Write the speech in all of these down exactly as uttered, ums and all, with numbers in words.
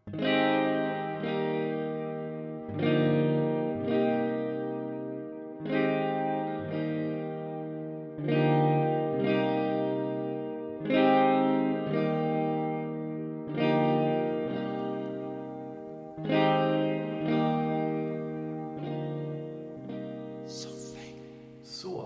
Så,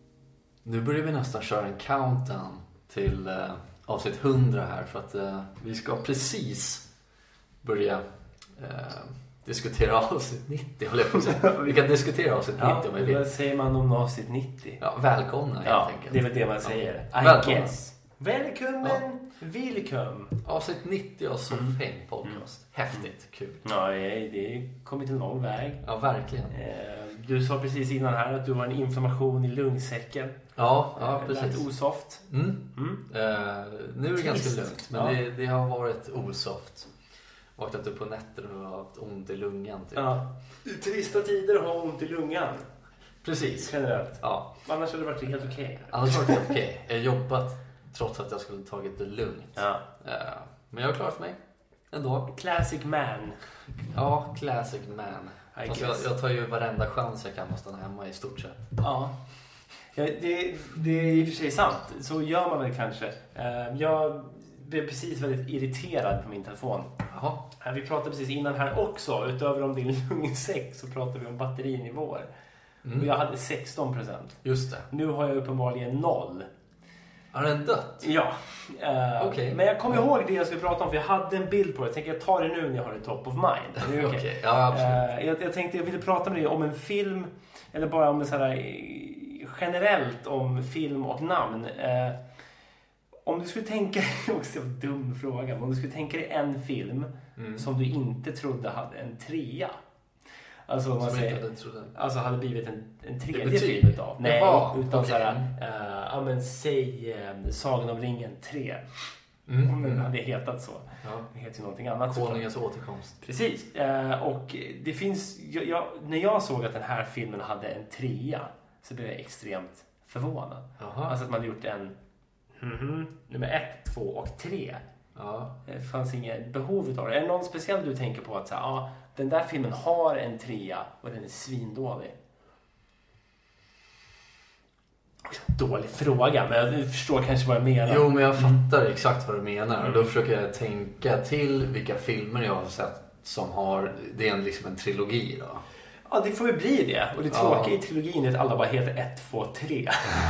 nu börjar vi nästan köra en countdown till eh, avsnitt hundra här. För att eh, vi ska precis börja eh, diskutera avsnitt nittio. Håller jag på att säga. Vi kan diskutera avsnitt nittio ja, om vi vill. Vad säger man om avsnitt nittio? Ja, välkomna helt ja, enkelt. det är väl det man säger. Ja. I Välkomna. guess. Välkommen, ja. Welcome. Avsnitt nittio av Soffhäng podcast. Mm. Häftigt, kul. Ja, det har kommit en lång väg. Ja, verkligen. Du sa precis innan här att du har en inflammation i lungsäcken. Ja, ja precis. Lät osoft. Mm. Mm. Uh, nu är det Trist. ganska lugnt, men ja. det, det har varit osoft. Vaknat upp på nätter och har haft ont i lungan. Typ. Ja. Trista tider har ont i lungan. Precis. Generellt. Ja. Annars hade det varit helt okej. Okay. Annars var det helt okej. Okay. Jag har jobbat trots att jag skulle tagit det lugnt. Ja. Uh, men jag har klarat mig ändå. Classic man. Ja, classic man. Fast jag, jag tar ju varenda chans jag kan att stanna hemma i stort sett. Ja. Ja, det, det är i och för sig sant. Så gör man väl kanske. Jag blev precis väldigt irriterad på min telefon. Jaha. Vi pratade precis innan här också. Utöver om din lungsäck så pratade vi om batterinivåer. Mm. Och jag hade sexton procent. Just det. Nu har jag uppenbarligen noll. Har den dött? Ja. Uh, okay. Men jag kommer ihåg det jag skulle prata om. För jag hade en bild på det. Jag tänker jag tar det nu när jag har det top of mind. Det är okay. Okay. Ja, absolut. Uh, jag, jag tänkte jag ville prata med dig om en film. Eller bara om en sån här... generellt om film och namn. Eh, om du skulle tänka också en dum fråga. Om du skulle tänka dig en film mm. som du inte trodde hade en trea. Alltså om man som säger, hade, alltså hade blivit en, en tredje film utav. Nej, Jaha, utan okay. såhär uh, ja men säg uh, Sagan om ringen tre. Mm. Om den hade hetat så. Ja. Det heter ju någonting annat. Konungens återkomst. Precis. Uh, och det finns jag, jag, när jag såg att den här filmen hade en trea så blev jag extremt förvånad. Aha. Alltså att man gjort en mm-hmm, nummer ett, två och tre. Ja. Det fanns inget behov av det. Är det någon speciell du tänker på att så här, ja, den där filmen har en trea och den är svindålig? Dålig fråga, men jag förstår kanske vad jag menar. Jo, men jag fattar exakt vad du menar. Mm. Och då försöker jag tänka till vilka filmer jag har sett som har, det är en, liksom en trilogi då. Ja, det får ju bli det. Och det tråkiga ja. i trilogin är att alla bara heter ett, två, tre.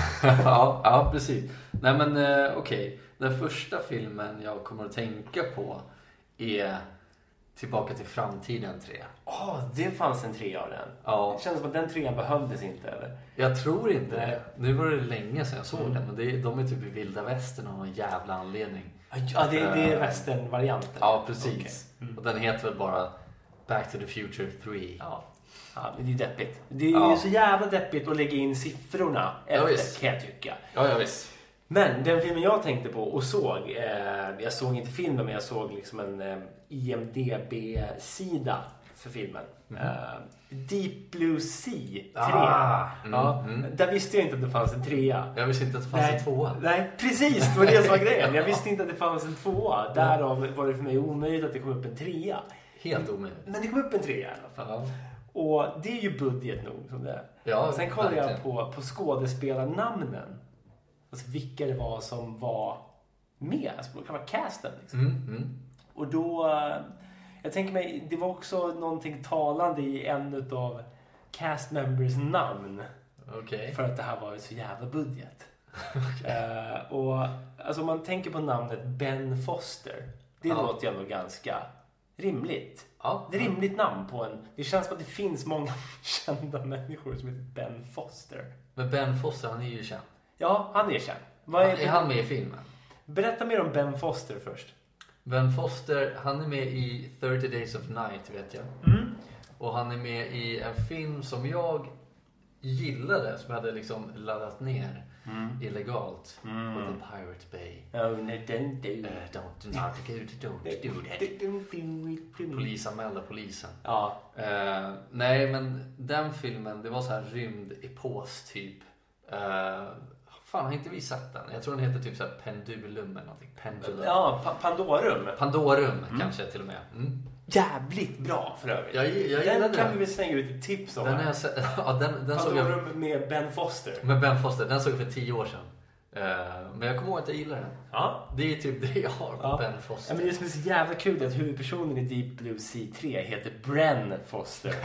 ja, ja, precis. Nej, men eh, okej. Okay. Den första filmen jag kommer att tänka på är Tillbaka till framtiden tre. Ja, oh, det fanns en tre av den. Ja. Det känns som att den trean behövdes inte, eller? Jag tror inte det. Nu var det länge sedan jag såg mm. den. Men det, de är typ i vilda västern av någon jävla anledning. Ja, det, det är västern-varianten. Ja, precis. Okay. Mm. Och den heter väl bara Back to the Future tre. Ja. Ja, det är deppigt. Det är ja. ju så jävla deppigt att lägga in siffrorna efter, ja, kan jag tycka. Ja, ja, visst. Men den filmen jag tänkte på och såg, eh, jag såg inte filmen men jag såg liksom en eh, I M D B-sida för filmen. Mm. Eh, Deep Blue Sea tre. Ah, mm, ja, mm. Där visste jag inte att det fanns en trea. Jag visste inte att det fanns nej, en tvåa. Nej, precis, det var det som var grejen. Jag visste inte att det fanns en tvåa. Därav var det för mig omöjligt att det kom upp en trea. Helt omöjligt. Men det kom upp en trea i alla fall. Ja. Och det är ju budget nog som det är. Ja, sen kollade jag på, på skådespelarnamnen. Alltså vilka det var som var med. Alltså det kan vara casten liksom. Mm, mm. Och då... Jag tänker mig, det var också någonting talande i en av cast members namn. Okay. För att det här var så jävla budget. Okay. Uh, och alltså om man tänker på namnet Ben Foster. Det ja. låter ju ändå ganska... rimligt. Ja. Det är rimligt namn på en... Det känns som att det finns många kända människor som heter Ben Foster. Men Ben Foster, han är ju känd. Ja, han är känd. Vad är, är han med i filmen? Berätta mer om Ben Foster först. Ben Foster, han är med i thirty Days of Night, vet jag. Mm. Och han är med i en film som jag gillade, som jag hade liksom laddat ner. Mm. Illegalt mm. på The Pirate Bay. Oh, no, don't do uh, don't, not go, don't do that. Polisanmälda polisen. Ja. Uh, nej, men den filmen, det var så här rymdepos typ. Uh, Fan, har inte vi sett den? Jag tror den heter typ så här Pendulum eller någonting. Pendulum. Ja, pa- Pandorum. Pandorum mm. kanske till och med. Mm. Jävligt bra för övrigt. Jag, jag den den kan vi väl slänga ut ett tips om. Den är, ja, den, den såg jag med Ben Foster. Med Ben Foster. Den såg jag för tio år sedan. Uh, men jag kommer ihåg att jag gillar den. Ja. Det är typ det jag har på ja. Ben Foster. Ja, men det som är så jävla kul är att huvudpersonen i Deep Blue Sea tre heter Bren Foster.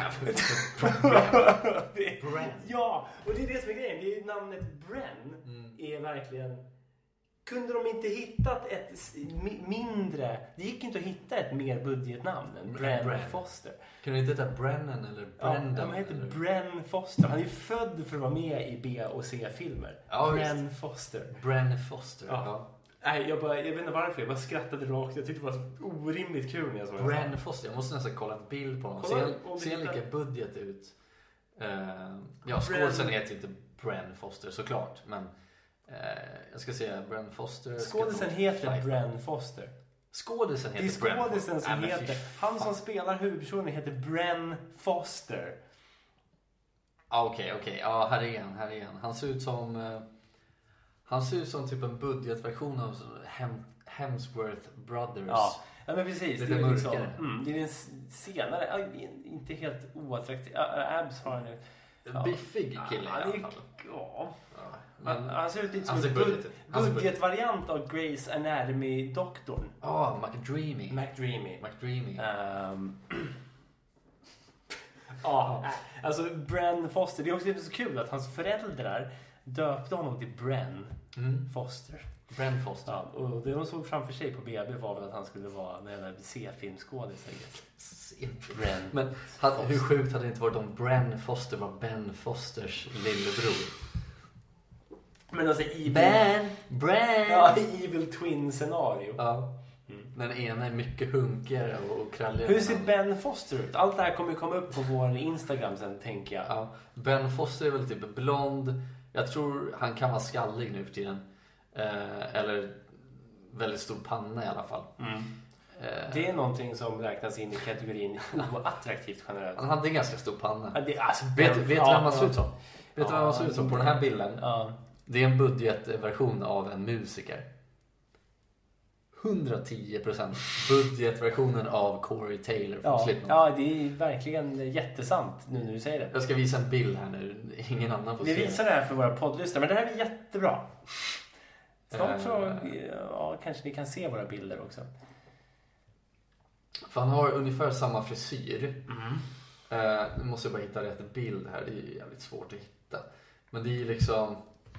det, Bren. Ja, och det är det som är grejen. Det är namnet Bren mm. är verkligen... Kunde de inte hittat ett mindre... Det gick inte att hitta ett mer budgetnamn än Bren, Bren. Foster. Kunde inte heta Brennan eller Brendan? Ja, han heter eller? Bren Foster. Han är ju född för att vara med i B- och C-filmer. Ja, Bren visst. Foster. Bren Foster, ja. ja. Nej, jag, bara, jag vet inte varför. Jag bara skrattade rakt. Jag tyckte det var så orimligt kul när jag såg Bren Foster. Jag måste nästan kolla en bild på honom. Kolla, ser ser lika budget ut. Uh, ja, skådisen heter inte Bren Foster såklart. Men uh, jag ska säga Bren Foster. Skådisen heter Bren Foster. Skådisen heter Det är skådisen som äh, heter... Han som spelar huvudpersonen heter Bren Foster. Ah, okej, okay, okej. Okay. Ja, här är han, här är han. Han ser ut som... Uh, han ser ut som typ en budgetversion av Hem, Hemsworth Brothers. Ja, ja men precis. Lite det är mörkare. Liksom, mm, det är en senare... Inte helt oattraktiv... Uh, Abs har nu... Ja. Biffig kille ja, i alla fall. Ja. Men, han, han ser ut lite som en budget, budgetvariant av Grey's Anatomy-doktorn. Ja, oh, McDreamy. McDreamy. McDreamy. Um, ja, alltså Bren Foster. Det är också så kul att hans föräldrar döpte honom till Bren mm. Foster. Bren Foster. Ja, och det de såg framför sig på B B var väl att han skulle vara en C-filmskådis. Bren. Men hade, hur sjukt hade det inte varit om Bren Foster var Ben Fosters lillebror? Men alltså evil... Ben! Bren! Ja, evil twin-scenario. Ja. Mm. Den ena är mycket hunkigare och kralligare. Hur ser Ben Foster ut? Allt det här kommer komma upp på vår Instagram sen, tänker jag. Ja. Ben Foster är väl typ blond. Jag tror han kan vara skallig nu för tiden. Eh, eller väldigt stor panna i alla fall. Mm. Eh, det är någonting som räknas in i kategorin oattraktivt generellt. Han hade en ganska stor panna. Ja, det, alltså, vet vet du ja, vem han ser ut som? Vet du ja, vem han ser ut som på den här bilden? Ja. Det är en budgetversion av en musiker. hundratio procent budgetversionen av Corey Taylor från ja, Slipknot. Ja, det är verkligen jättesant nu när du säger det. Jag ska visa en bild här nu. Ingen annan får Vi se. Vi visar det här för våra poddlyssnare, men det här är jättebra. Snart så ja, kanske ni kan se våra bilder också. För han har ungefär samma frisyr. Mm. Uh, nu måste jag bara hitta rätt bild här. Det är jävligt svårt att hitta. Men det är liksom...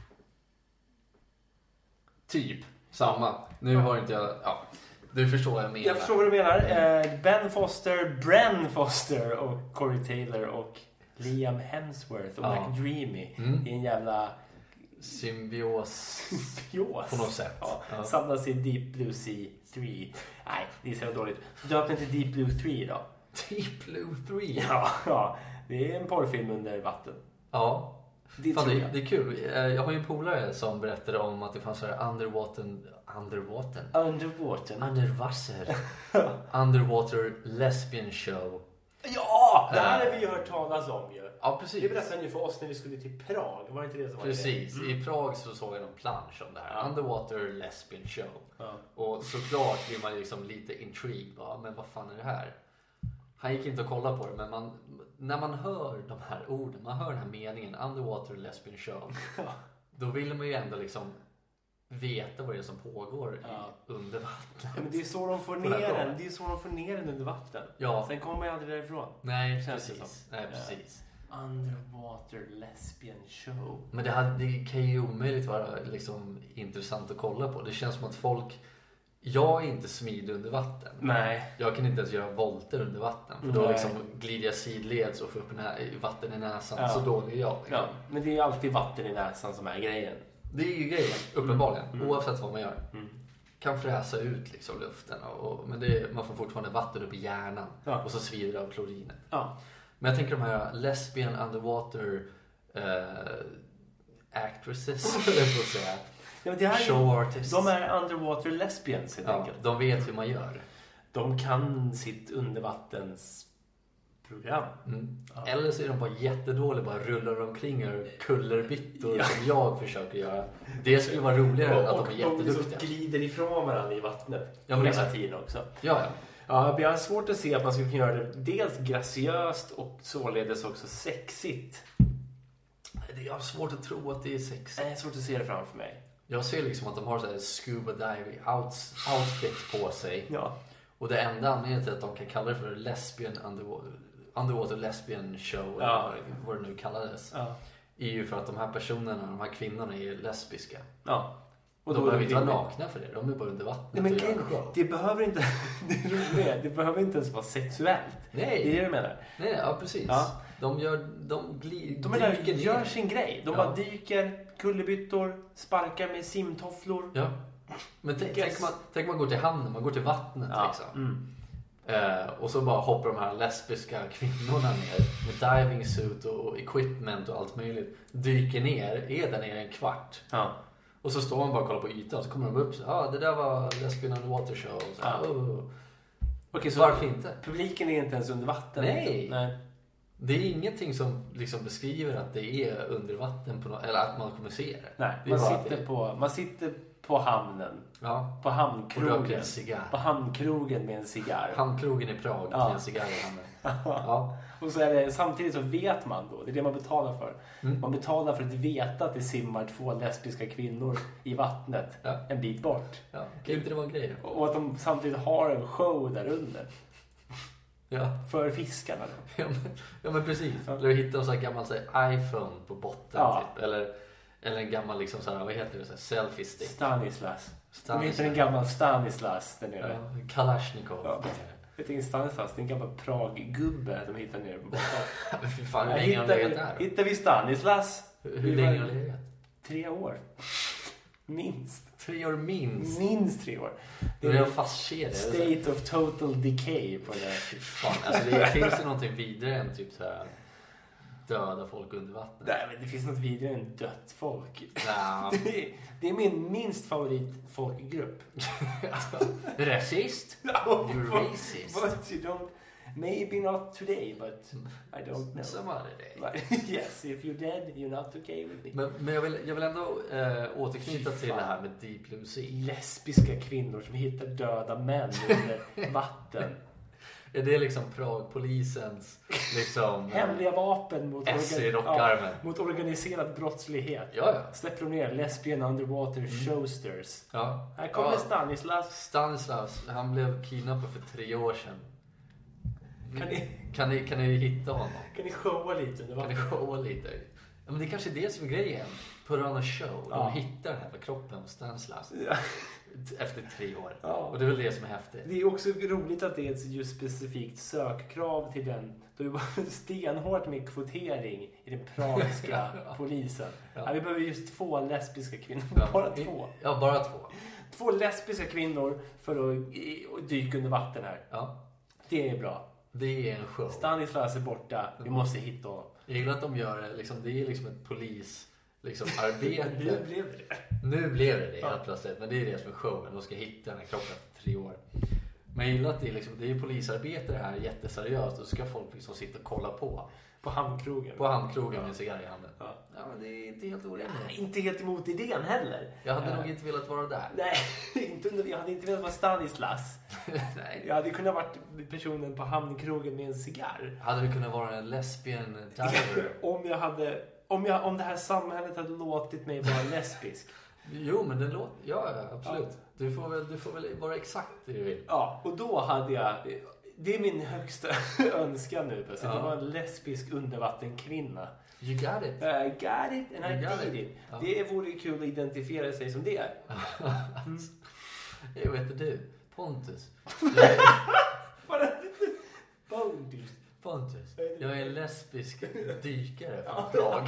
Typ samma. Nu har inte jag... Ja, du förstår vad jag menar. Jag förstår vad du menar. Uh, Ben Foster, Bren Foster och Corey Taylor och Liam Hemsworth och ja. McDreamy. Mm. Det är en jävla... Symbios. Symbios. På något sätt. Ja. Ja. Samlas i Deep Blue Sea tre. Nej, det är så dåligt. Så döp den till Deep Blue tre då. Deep Blue tre? Ja, ja, det är en porrfilm under vatten. Ja. Det, Fan, det, det är kul. Jag har ju en polare som berättade om att det fanns så här underwater... Underwater? Underwater. Underwater. Underwater lesbian show. Ja, det här har vi ju hört talas om ju. Ja, precis. Det berättade ju för oss när vi skulle till Prag. Var inte det som var Precis. Det? Mm. I Prag så såg jag någon plansch om det här. Ja. Underwater lesbian show. Ja. Och såklart blir man liksom lite intrigued. Bara, men vad fan är det här? Han gick inte att kolla på det, men man, när man hör de här orden, man hör den här meningen, Underwater lesbian show, då vill man ju ändå liksom veta vad det är som pågår ja. i, under vatten. Ja, men det är så de får ner den, det är så de får ner den under vatten. Ja. Sen kommer man aldrig därifrån. Nej, precis. Nej, precis. Underwater lesbian show. Men det, hade, det kan ju omöjligt vara liksom intressant att kolla på. Det känns som att folk... Jag är inte smidig under vatten. Nej. Jag kan inte ens göra volter under vatten. För då liksom glider jag sidleds och får upp vatten i näsan. Ja. Så dålig är jag. Ja, men det är alltid vatten i näsan som är grejen. Det är ju grejen, uppenbarligen. Mm. Oavsett vad man gör. Mm. Kan fräsa ut liksom luften. Och, och, men det är, man får fortfarande vatten upp i hjärnan. Ja. Och så svider det av klorinet. Ja. Men jag tänker de här lesbian underwater uh, actresses, eller så att säga. Ja, det här show artists. De är underwater lesbians helt ja, enkelt. De vet hur man gör. De kan sitt undervattens program. Mm. Ja. Eller så är de bara jättedåliga, bara rullar omkring och kullerbyttor ja. som jag försöker göra. Det skulle vara roligare och, att de är jätteduktiga. Och glider ifrån varandra i vattnet. Ja, men hela tiden också. Ja, ja. Ja, jag har svårt att se att man skulle kunna göra det dels graciöst och således också sexigt. Jag har svårt att tro att det är sexigt. Det är svårt att se det framför mig. Jag ser liksom att de har så här scuba diving outs, outfit på sig. Ja. Och det enda anledningen till att de kan kalla det för lesbian underwater, underwater lesbian show ja. eller vad det nu kallades. Ja. Är ju för att de här personerna, de här kvinnorna är lesbiska. Ja. Och de behöver inte vara nakna för det. De är bara under vattnet. Nej, men det, det behöver inte det, är det behöver inte ens vara sexuellt. Nej. Det är det du menar. Nej, ja precis. Ja. De gör de gli, de är dyker gör sin grej. De ja. bara dyker, kullerbyttor, sparkar med simtofflor. Ja. Men tänk, tänk, man, tänk man går till hamnen, man går till vattnet ja. liksom. Mm. Uh, och så bara hoppar de här lesbiska kvinnorna ner med diving suit och equipment och allt möjligt. Dyker ner, är där nere en kvart. Ja. Och så står man bara och kollar på ytan. Så kommer de upp. Ja, ah, det där var Lesbian Underwater Show. Så, ja. oh. Okej, så varför inte? Publiken är inte ens under vatten. Nej. Nej. Det är ingenting som liksom beskriver att det är under vatten på no- eller att man kommer se det. Nej, det man sitter det... på man sitter på hamnen. Ja. På hamnkrogen. Cigarr. På hamnkrogen med en cigarr. Hamnkrogen i Prag ja. med en cigarr i handen. Ja. Och så är det, samtidigt så vet man då, det är det man betalar för. Mm. Man betalar för att veta att det simmar två lesbiska kvinnor i vattnet ja. en bit bort. Ja, kan inte det vara en grej? Och att de samtidigt har en show där under. Ja. För fiskarna då. Ja men, ja, men precis. Ja. Eller hitta en sån här gammal så här, iPhone på botten ja. typ. Eller, eller en gammal liksom så här, vad heter det? Så här, selfie stick. Stanislas. Stanislas. De heter en gammal Stanislas där nere. Ja, Kalashnikov. Ja. Jag vet inte Stanislas, det är en gammal Prag-gubbe de hittar nere på botten. Fy fan, hur länge har de legat där? Hittar vi Stanislas? Hur, hur länge har de legat? Tre år. Minst. Tre år minst? Minst tre år. Det är en fast kedja. State of total decay på det. Fan, alltså det finns det någonting vidare än typ så här döda folk under vattnet? Nej, men det finns något vidare än dött folk. Nah. Det, är, det är min minst favorit folkgrupp. Rasist? No, You're but, racist. But you don't, maybe not today, but I don't know. Some other day. But, yes, if you're dead, you're not okay with me. Men, men jag, vill, jag vill ändå äh, återknyta till det här med Deep Blue Sea. Lesbiska kvinnor som hittar döda män under vatten. Är det liksom Pragpolisens liksom hemliga vapen mot, organ- ja, mot organiserad brottslighet? Ja, ja. Släpper de ner Lesbian Underwater mm. Showsters. Ja. Här kommer ja. Stanislas. Stanislas, han blev kidnappad för tre år sedan. Kan ni, kan ni, kan ni hitta honom? Kan ni showa lite? Kan ni showa lite? Ja, men det är kanske är det som är grejen. På Rana Show. De ja. hittar den här kroppen på Stanislas. Ja. Efter tre år. Ja. Och det är väl det som är häftigt. Det är också roligt att det är ett just specifikt sökkrav till den. Då är det stenhårt med kvotering i den pragiska ja. polisen. Ja. Ja, vi behöver just två lesbiska kvinnor. Ja. Bara två. Ja, bara två. Två lesbiska kvinnor för att dyka under vatten här. Ja. Det är bra. Det är en show. Stanislas är borta. Vi måste hitta honom. Jag gillar att de gör det. Liksom, det är liksom ett polis... Liksom arbete. Nu blev det det. Nu blev det det helt plötsligt. Men det är det som är showen. De ska hitta den här kroppen efter tre år. Men jag gillar att det är, liksom, det är polisarbete det här jätteseriöst. Och så ska folk liksom sitta och kolla på. På hamnkrogen. På hamnkrogen med en cigarr i handen. Ja. Ja, men det är inte helt orimligt. Nej, inte helt emot idén heller. Jag hade ja. nog inte velat vara där. Nej, inte under, jag hade inte velat vara Stanislas. Nej. Jag hade kunnat varit personen på hamnkrogen med en cigarr. Hade det kunnat vara en lesbian diver? om jag hade... Om, jag, om det här samhället hade låtit mig vara lesbisk. Jo, men det låter... Ja, absolut. Ja. Du, får väl, du får väl vara exakt det du vill. Ja, och då hade jag... Det är min högsta önskan nu. Ja. Det var en lesbisk undervattenkvinna. You got it. I got it and you I did it. it. Ja. Det vore kul att identifiera sig som det är. Mm. Jag vet inte du. Pontus. Pontus. Pontus. Jag är lesbisk dykare från Prag.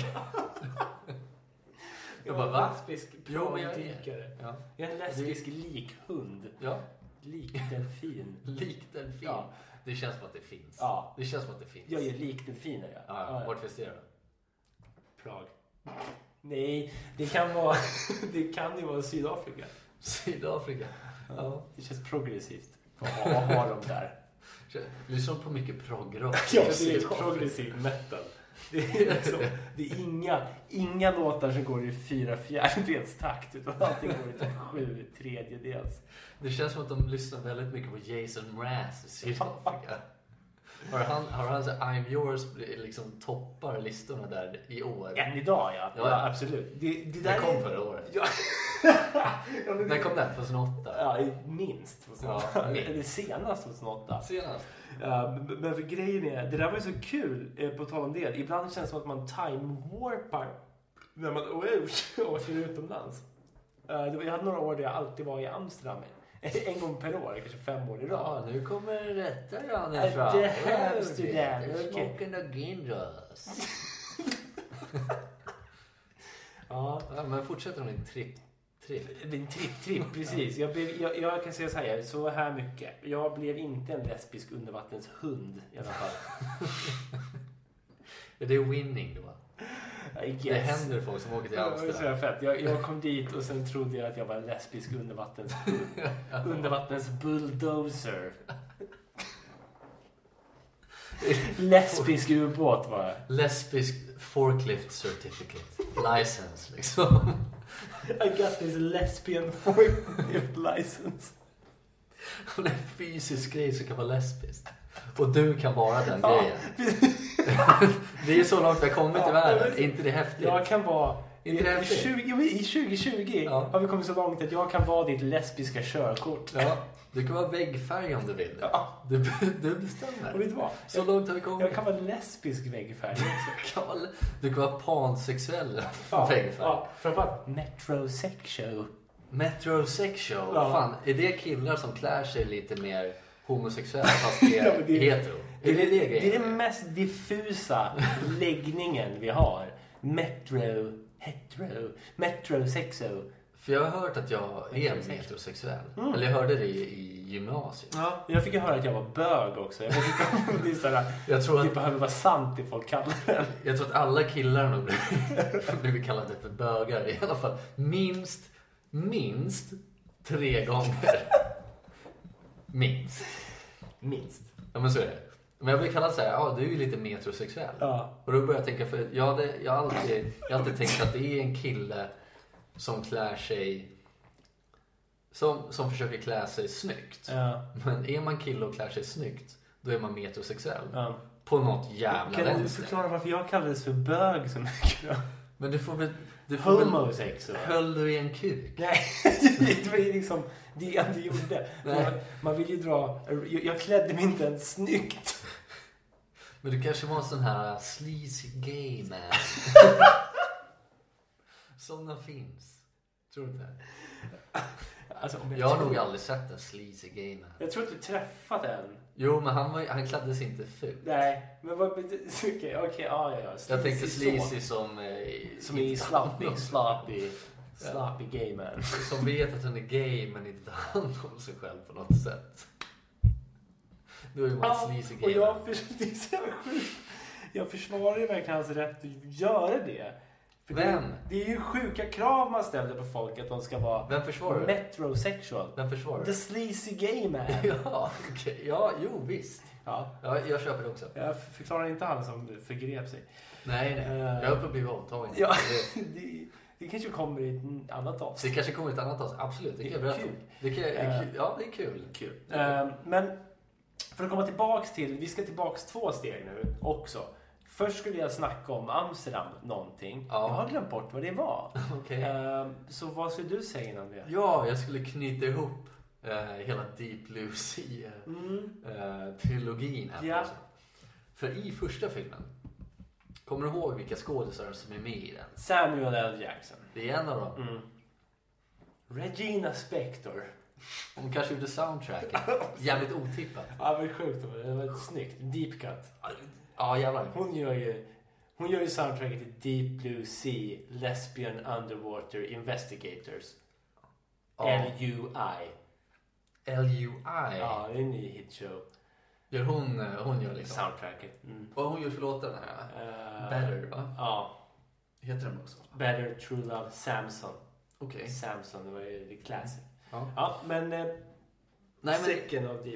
Jag bara, va? Lesbisk Prag-dykare. Ja. Jag är en lesbisk likhund. Ja. Likdelfin. Likdelfin. Ja. Det känns som att det finns. Ja. Det känns som att det finns. Jag är likdelfiner, ja. Ja, ja. Vart finns det då? Prag. Nej, det kan vara det kan ju vara Sydafrika. Sydafrika. Ja. Det känns progressivt att ha, ha dem där. Lyssnar på mycket proggrock. Ja, det är progressiv metal. Det är, liksom, det är inga, inga låtar som går i fyra fjärdedels takt, utan allting går i sju tredjedels. Det känns som att de lyssnar väldigt mycket på Jason Mraz i Sydafrika. Har han, har han så I'm Yours liksom toppar listorna där i år? Än idag, ja. Ja, ja absolut. Det, det, där det kom är... förra året. Ja. Ja, när kom den? tjugohundraåtta? Ja, minst. Ja, eller senast tjugohundraåtta. Senast. Ja, men för grejen är, det där var ju så kul eh, på tal om det. Ibland känns det som att man time-warpar när man åker utomlands. Uh, jag hade några år där jag alltid var i Amsterdam. En gång per år, kanske fem år i rad. Ja, nu kommer rätta ranen fram. Det här Amsterdam. Smoking the gingers. Ja. Ja, men fortsätter hon din tripp? Tripp. Min tripp, tripp, precis. Jag, blev, jag, jag kan säga så här, så här mycket. Jag blev inte en lesbisk undervattenshund i alla fall. Det är winning då. Det händer folk som åker till Amsterdam. Ja, fett. Jag, jag kom dit och sen trodde jag att jag var en lesbisk undervattens undervattens bulldozer. Lesbisk ubåt var jag. Lesbisk forklift certificate. License liksom. I got this lesbian forklift license. Det är en fysisk grej som kan vara lesbisk. Och du kan vara den ja, grejen. Det är så långt vi har kommit ja, i världen. Är inte det häftigt? Jag kan vara... Inte det i, tjugo, I tjugo tjugo ja. Har vi kommit så långt att jag kan vara ditt lesbiska körkort. Ja, du kan vara väggfärg om du vill. Ja. Du, du bestämmer. Och vet du vad? Så jag, långt har vi kommit. Jag kan vara lesbisk väggfärg också. Du kan vara pansexuell ja, väggfärg. Ja, framförallt metrosexual. Metrosexual? Ja. Fan, är det killar som klär sig lite mer homosexuella fast det är ja, det, hetero? Det, är det, det, det är den mest diffusa läggningen vi har. Metro, hetero, metrosexual. För jag har hört att jag är metrosexuell. Mm. Eller jag hörde det i, i gymnasiet. Ja, jag fick ju höra att jag var bög också. Jag vet inte om det är sådär, jag tror att det behöver vara sant i folk kallar det. Jag tror att alla killar nog blir kallade för bögar. I alla fall minst, minst tre gånger. Minst. Minst. Ja, men så är det. Men jag blir kallad så här, ja, du är ju lite metrosexuell. Ja. Och då börjar jag tänka, för jag, hade, jag, har alltid, jag har alltid tänkt att det är en kille som klär sig, som, som försöker klä sig snyggt. Ja. Men är man kille och klär sig snyggt, då är man metrosexuell. Ja. På något jävla kan vänster. Du förklara varför jag kallades för bög så mycket då? Men du får väl... Du får homosexuell. Höll du i en kuk? Nej, det var ju liksom det jag inte gjorde. Man, man vill ju dra... Jag, jag klädde mig inte ens snyggt. Men du kanske var en sån här sleazy gay man. Sådana finns. Tror du inte? Alltså, jag, jag har tror... nog aldrig sett en sleazy gay man. Jag tror inte du träffat en. Jo, men han, var, han klädde sig inte fult. Nej, men vad betyder... Okej, okay, okay, ja, ja. Sleazy jag tänkte sleazy som... Eh, som är sloppy, sloppy, sloppy gay man. Som vet att han är gay men inte tar hand om sig själv på något sätt. Då är man ja, sleazy gay och jag, man. För, det är så sjukt. Jag försvarar ju verkligen hans rätt att göra det. För Vem? Det, det är ju sjuka krav man ställer på folk att de ska vara Vem försvarar metrosexual. Vem försvarar The sleazy gay man. Ja, okay. Ja, jo visst. Ja. Ja, jag köper det också. Jag förklarar inte alla som förgrep sig. Nej, nej. Uh, jag har blivit våldtagen. Ja, det, det kanske kommer i ett annat avsnitt. Det kanske kommer i ett annat avsnitt. Absolut, det, det kan jag berätta. Det kan, uh, ja, det är kul. kul. Uh, men för att komma tillbaks till, vi ska tillbaks två steg nu också. Först skulle jag snacka om Amsterdam någonting. Ja. Jag har glömt bort vad det var. Okay. Uh, så vad skulle du säga innan det? Ja, jag skulle knyta ihop uh, hela Deep Blue Sea uh, mm. uh, trilogin här. Ja. För i första filmen, kommer du ihåg vilka skådespelare som är med i den? Samuel L. Jackson. Det är en av dem. Mm. Regina Spektor. Hon kanske gjorde soundtracket. Jävligt otippat. Ja, det var sjukt. Det var snyggt. Deep cut. Ja, jävlar. Hon gör ju, hon gör ju soundtracket till Deep Blue Sea, Lesbian Underwater Investigators. Ja. L U I. L U I? Ja, det är en ny hitshow. Gör hon, hon gör liksom soundtracket. Mm. Och hon gör för låten här. Uh, Better, va? Ja. Heter den också? Better True Love Samson. Okej. Okay. Samson, det var ju classic. Ja, ja men... Eh, Nej, men second of Deep Blue.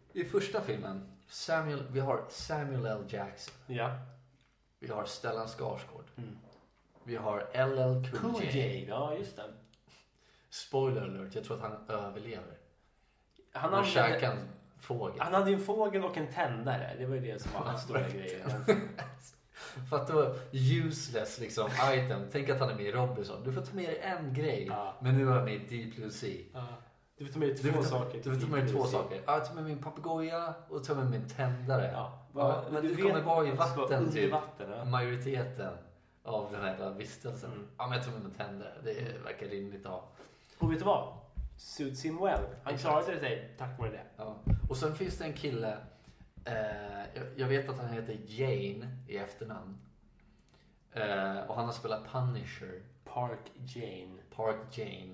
I första filmen, Samuel, vi har Samuel L. Jackson. Ja. Vi har Stellan Skarsgård. Mm. Vi har L L Cool J. J. Ja, just det. Spoiler alert, jag tror att han överlever. Han har hade käkat en fågel. Han hade ju en fågel och en tändare. Det var ju det som var hans stora grej. För att det var useless liksom, item. Tänk att han är med i Robinson. Du får ta med dig en grej. Ja. Men nu är jag med i Deep Blue Sea. Ja. Du får ta med två du saker. Du får ta med två saker. Ja, ta med min papegoja och ta med min tändare. Ja. Ja, men du, du kommer vara i vatten typ. Vatten, ja. Majoriteten av den här vistelsen. Mm. Ja, men jag tar med min tändare. Det verkar rimligt att ha. Och vet du vad? Suits him well. Han klarade sig tack vare det. Ja. Och sen finns det en kille. Eh, jag, jag vet att han heter Jane i efternamn. Eh, och han har spelat Punisher. Park Jane. Park Jane.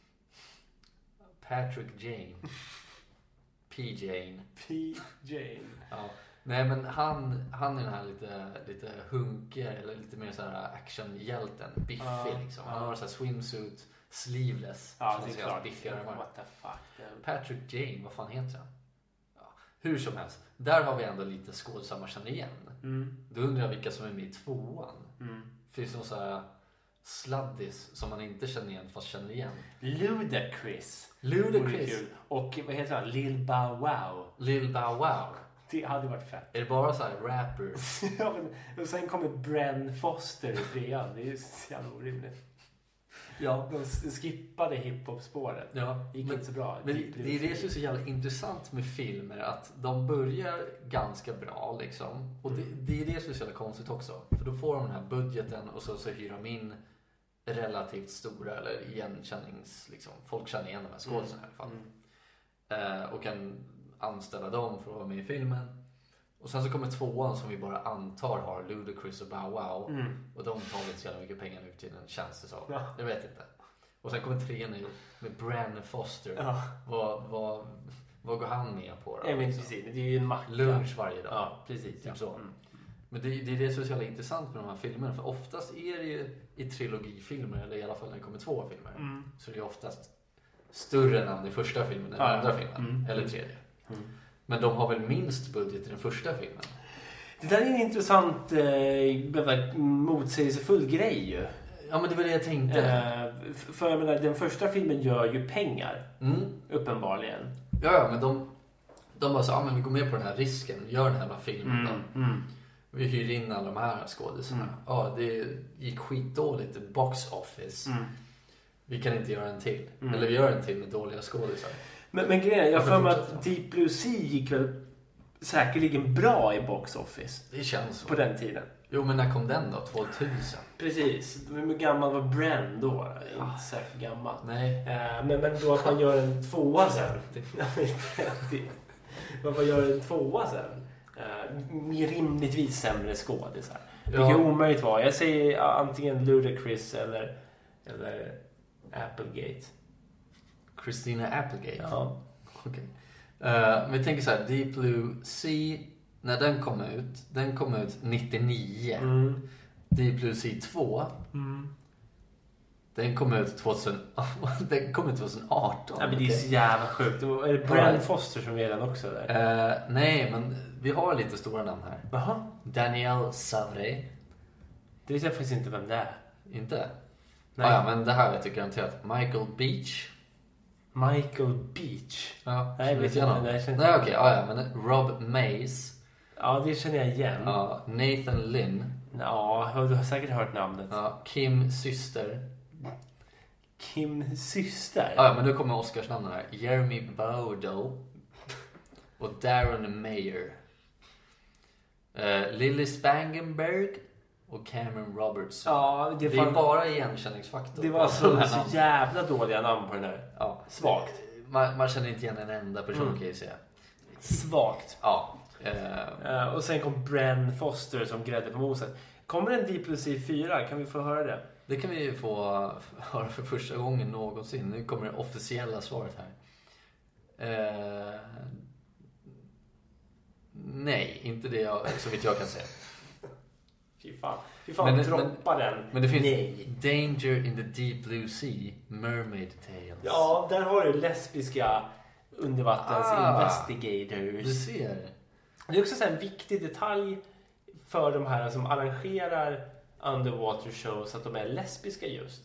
Patrick Jane. P. Jane. P. Jane. Ja. Nej, men han, han är den här lite, lite hunkiga eller lite mer så här actionhjälten. Biffig uh, liksom. Han uh. har så här swimsuit, sleeveless. Ja, det är klart. Biffigare. What the fuck. Patrick Jane, vad fan heter han? Ja. Hur som helst. Där har vi ändå lite skådespelare man känner igen. Mm. Då undrar jag vilka som är med i tvåan. Mm. Finns det någon så här sladdis som man inte känner igen fast känner igen? Ludacris. Ludacris. Och vad heter han? Lil Bow Wow. Lil Bow Wow. Det hade varit fett. Är det bara så här rappers? Ja, men, och sen kommer Bren Foster i trean. Det är ju så jävla orimligt. Ja. De skippade hiphop-spåret. Ja. Gick men, inte så bra. Men det, det är det som är så jävla intressant med filmer. Att de börjar ganska bra liksom. Och det, det är det som är så jävla konstigt också. För då får de den här budgeten och så, så hyr de in relativt stora eller igenkännings... Liksom, folk känner igen de här skådespelarna mm. i alla fall. Mm. Eh, och kan anställa dem för att vara med i filmen. Och sen så kommer tvåan som vi bara antar har Ludacris och Bow Wow. Mm. Och de tar inte så jävla mycket pengar nu till den känns det så. Ja. Jag vet inte. Och sen kommer trean med Bren Foster. Ja. Vad, vad, vad går han med på då? Ja, men precis. Det är ju en macka. Lunch varje dag. Ja, precis. Typ ja. Så. Mm. Men det, det är det som är så jävla intressant med de här filmerna. För oftast är det ju i trilogifilmer, eller i alla fall när det kommer två filmer. Mm. Så det är oftast större namn i första filmen än ja. andra filmen. Mm. Eller tredje. Mm. Men de har väl minst budget i den första filmen? Det där är en intressant eh, motsägelsefull grej ju. Ja, men det var det jag tänkte. Eh, för jag menar, den första filmen gör ju pengar. Mm. Uppenbarligen. Ja, ja, men de, de bara så, ja men vi går med på den här risken. Vi gör den här filmen. Mm. Mm. Vi hyr in alla de här skådespelarna. Mm. Ja, det gick skitdåligt i box office. Mm. Vi kan inte göra en till. Mm. Eller vi gör en till med dåliga skådespelare. Men, men grejen, jag för mig att Deep Blue Sea gick väl säkerligen bra i box office. Det känns så. På den tiden. Jo, men när kom den då? tvåtusen? Precis. Hur gammal var Bren då? Ja. Inte särskilt gammal. Nej. Uh, men, men då att man gör en tvåa sen. Varför gör en tvåa sen? Uh, rimligtvis sämre skådisar. Ja. Det kan omöjligt vara. Jag säger uh, antingen Ludacris eller, eller Applegate. Christina Applegate? Ja. Okej. Okay. Uh, men vi tänker så här, Deep Blue Sea, när den kom ut, den kom ut nittionio. Mm. Deep Blue Sea två, mm. den kom ut tjugohundra, den kom ut tjugoarton. Ja, men det är så jävla sjukt. Är det Bren right. Foster som är den också där? Uh, nej, men vi har lite stora namn här. Aha. Daniel Savre. Det vet jag faktiskt inte vem det är. Inte? Nej. Ah, ja, men det här vet jag garanterat. Michael Beach. Michael Beach. Ja, nej, vet jag inte. Nej, okej. Okay, ah, ja, men Rob Mays. Ja, det känner jag igen. Ja, Nathan Lynn. Ja, du har säkert hört namnet. Ja, Kim syster. Kim syster? Ja, men nu kommer Oscarsnamnen här. Jeremy Bodo. Och Darren Mayer. Uh, Lily Spangenberg. Och Cameron Roberts. Ja, det, det är bara igenkänningsfaktor. Det var så, så jävla dåliga namn på den här. Ja. Svagt. Man, man känner inte igen en enda person mm. kan jag säga. Svagt. Ja. Uh, uh, och sen kom Bren Foster som grädde på moset. Kommer en Deep Blue Sea fyra? Kan vi få höra det? Det kan vi få höra för första gången någonsin. Nu kommer det officiella svaret här. Uh, nej, inte det jag, så vitt jag kan säga. Fy fan, Fy fan men, droppa men, den. Men det finns Nej. Danger in the Deep Blue Sea, Mermaid Tales. Ja, där har du lesbiska undervattens ah, investigators. Du ser. Det är också så här en viktig detalj för de här som arrangerar underwater shows att de är lesbiska just.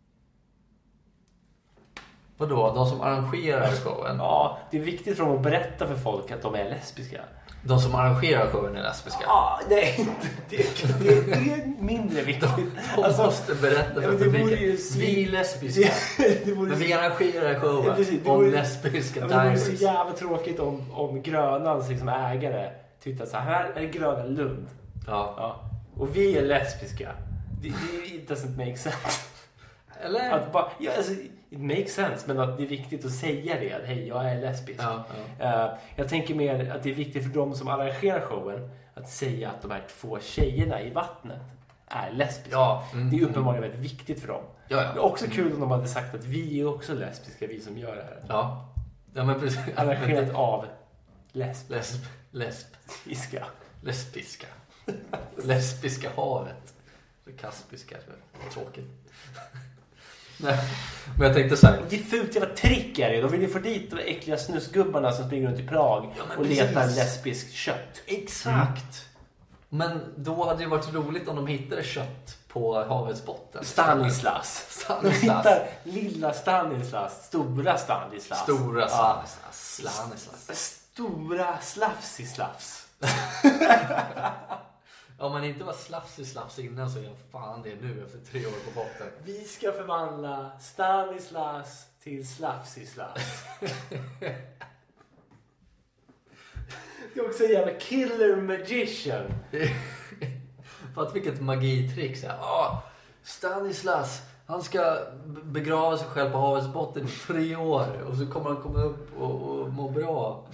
Vadå? De som arrangerar showen? Ja, det är viktigt för dem att berätta för folk att de är lesbiska. De som arrangerar showen är lesbiska? Ja, det är inte det, det, det är mindre viktigt. De, de alltså, måste berätta för publiken. Vi är lesbiska. vore, men vi arrangerar showen ja, precis, om vore, lesbiska ja, det vore så jävla tråkigt om, om Grönlands liksom ägare tyckte att så här är Gröna Lund. Ja. Ja. Och vi är lesbiska. Det, det doesn't make sense. Eller? Att bara, ja, alltså, it makes sense, men att det är viktigt att säga det. Att hej, jag är lesbisk. Ja, ja. Uh, jag tänker mer att det är viktigt för de som arrangerar showen att säga att de här två tjejerna i vattnet är lesbiska. Ja. Mm, det är uppenbarligen väldigt viktigt för dem. Ja, ja. Det är också kul om de hade sagt att vi är också lesbiska, vi som gör det här. Ja, ja men precis. Arrangerat det... av lesb. Lesb. Lesbiska. Lesbiska. Lesbiska havet. Det kaspiska. Tråkigt. Nej, men jag tänkte så här. Det är fult jävla trick är det. De vill ju få dit de äckliga snusgubbarna som springer runt i Prag ja, och precis. letar lesbiskt kött. Exakt. Mm. Men då hade det varit roligt om de hittade kött på havets botten. Stanislas. Stanislas. De hittar lilla Stanislas. Stora Stanislas. Stora Stanislas. Ja. Stanislas. Stora slafsislavs. Om man inte var slafsig slafs innan så är jag fan det nu efter tre år på botten. Vi ska förvandla Stanislas till slafsislavs. Det är också en jävla killer magician. För att vilket magitrick så här. Ah, Stanislas, han ska begrava sig själv på havets botten i tre år och så kommer han komma upp och, och må bra.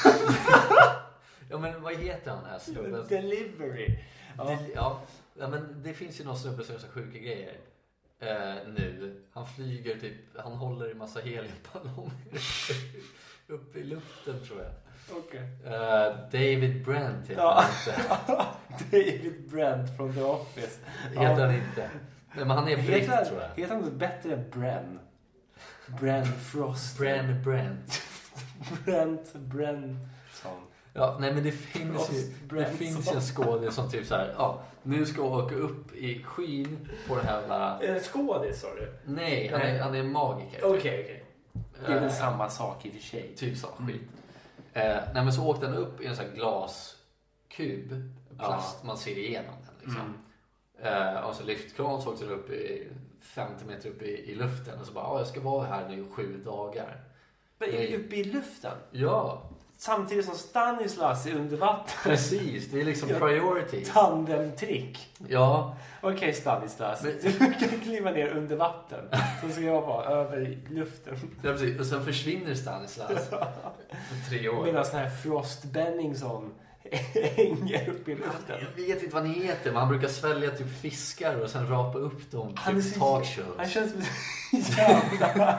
Ja men vad heter han här snubben? Delivery. Ja. Det, ja. ja men det finns ju någon snubbe som gör så sjuka grejer eh, nu. Han flyger typ, han håller i massa heliumballonger uppe i luften tror jag. Okay. Uh, David Brent heter ja. han inte. David Brent från The Office. Heter ja. han inte. Nej, men han är britt tror jag. Heter han bättre än Bren? Bren Frost. Bren Brent. Brent Brenson. Ja, nej men det finns ju det finns ju en skådis som typ så här, ja, nu ska jag åka upp i skyn på det här där. Är det skådis sa du? Nej, han är han är en magiker. Okej, okay, okej. Okay. Det är väl uh, samma sak i och för sig. Typ så skit. Mm. Uh, nej men så åkte han upp i en sån här glaskub, plast ja. man ser igenom den liksom. Mm. Uh, och så lyftkran så åkte den upp i femtio meter upp i, i luften och så bara, ja, jag ska vara här nu i sju dagar. Men är det uppe i luften? Ja. Samtidigt som Stanislas är under vatten. Precis, det är liksom priorities. Tandemtrick. Ja. Okej okay, Stanislas, men... du kan kliva ner under vatten. Så ska jag vara över luften. Ja, precis. Och sen försvinner Stanislas för tre år. Medan sån här Frost Benningson hänger upp i luften. Jag vet inte vad han heter, men han brukar svälja typ fiskar och sen rapa upp dem till typ talkshows. Han känns som jävla...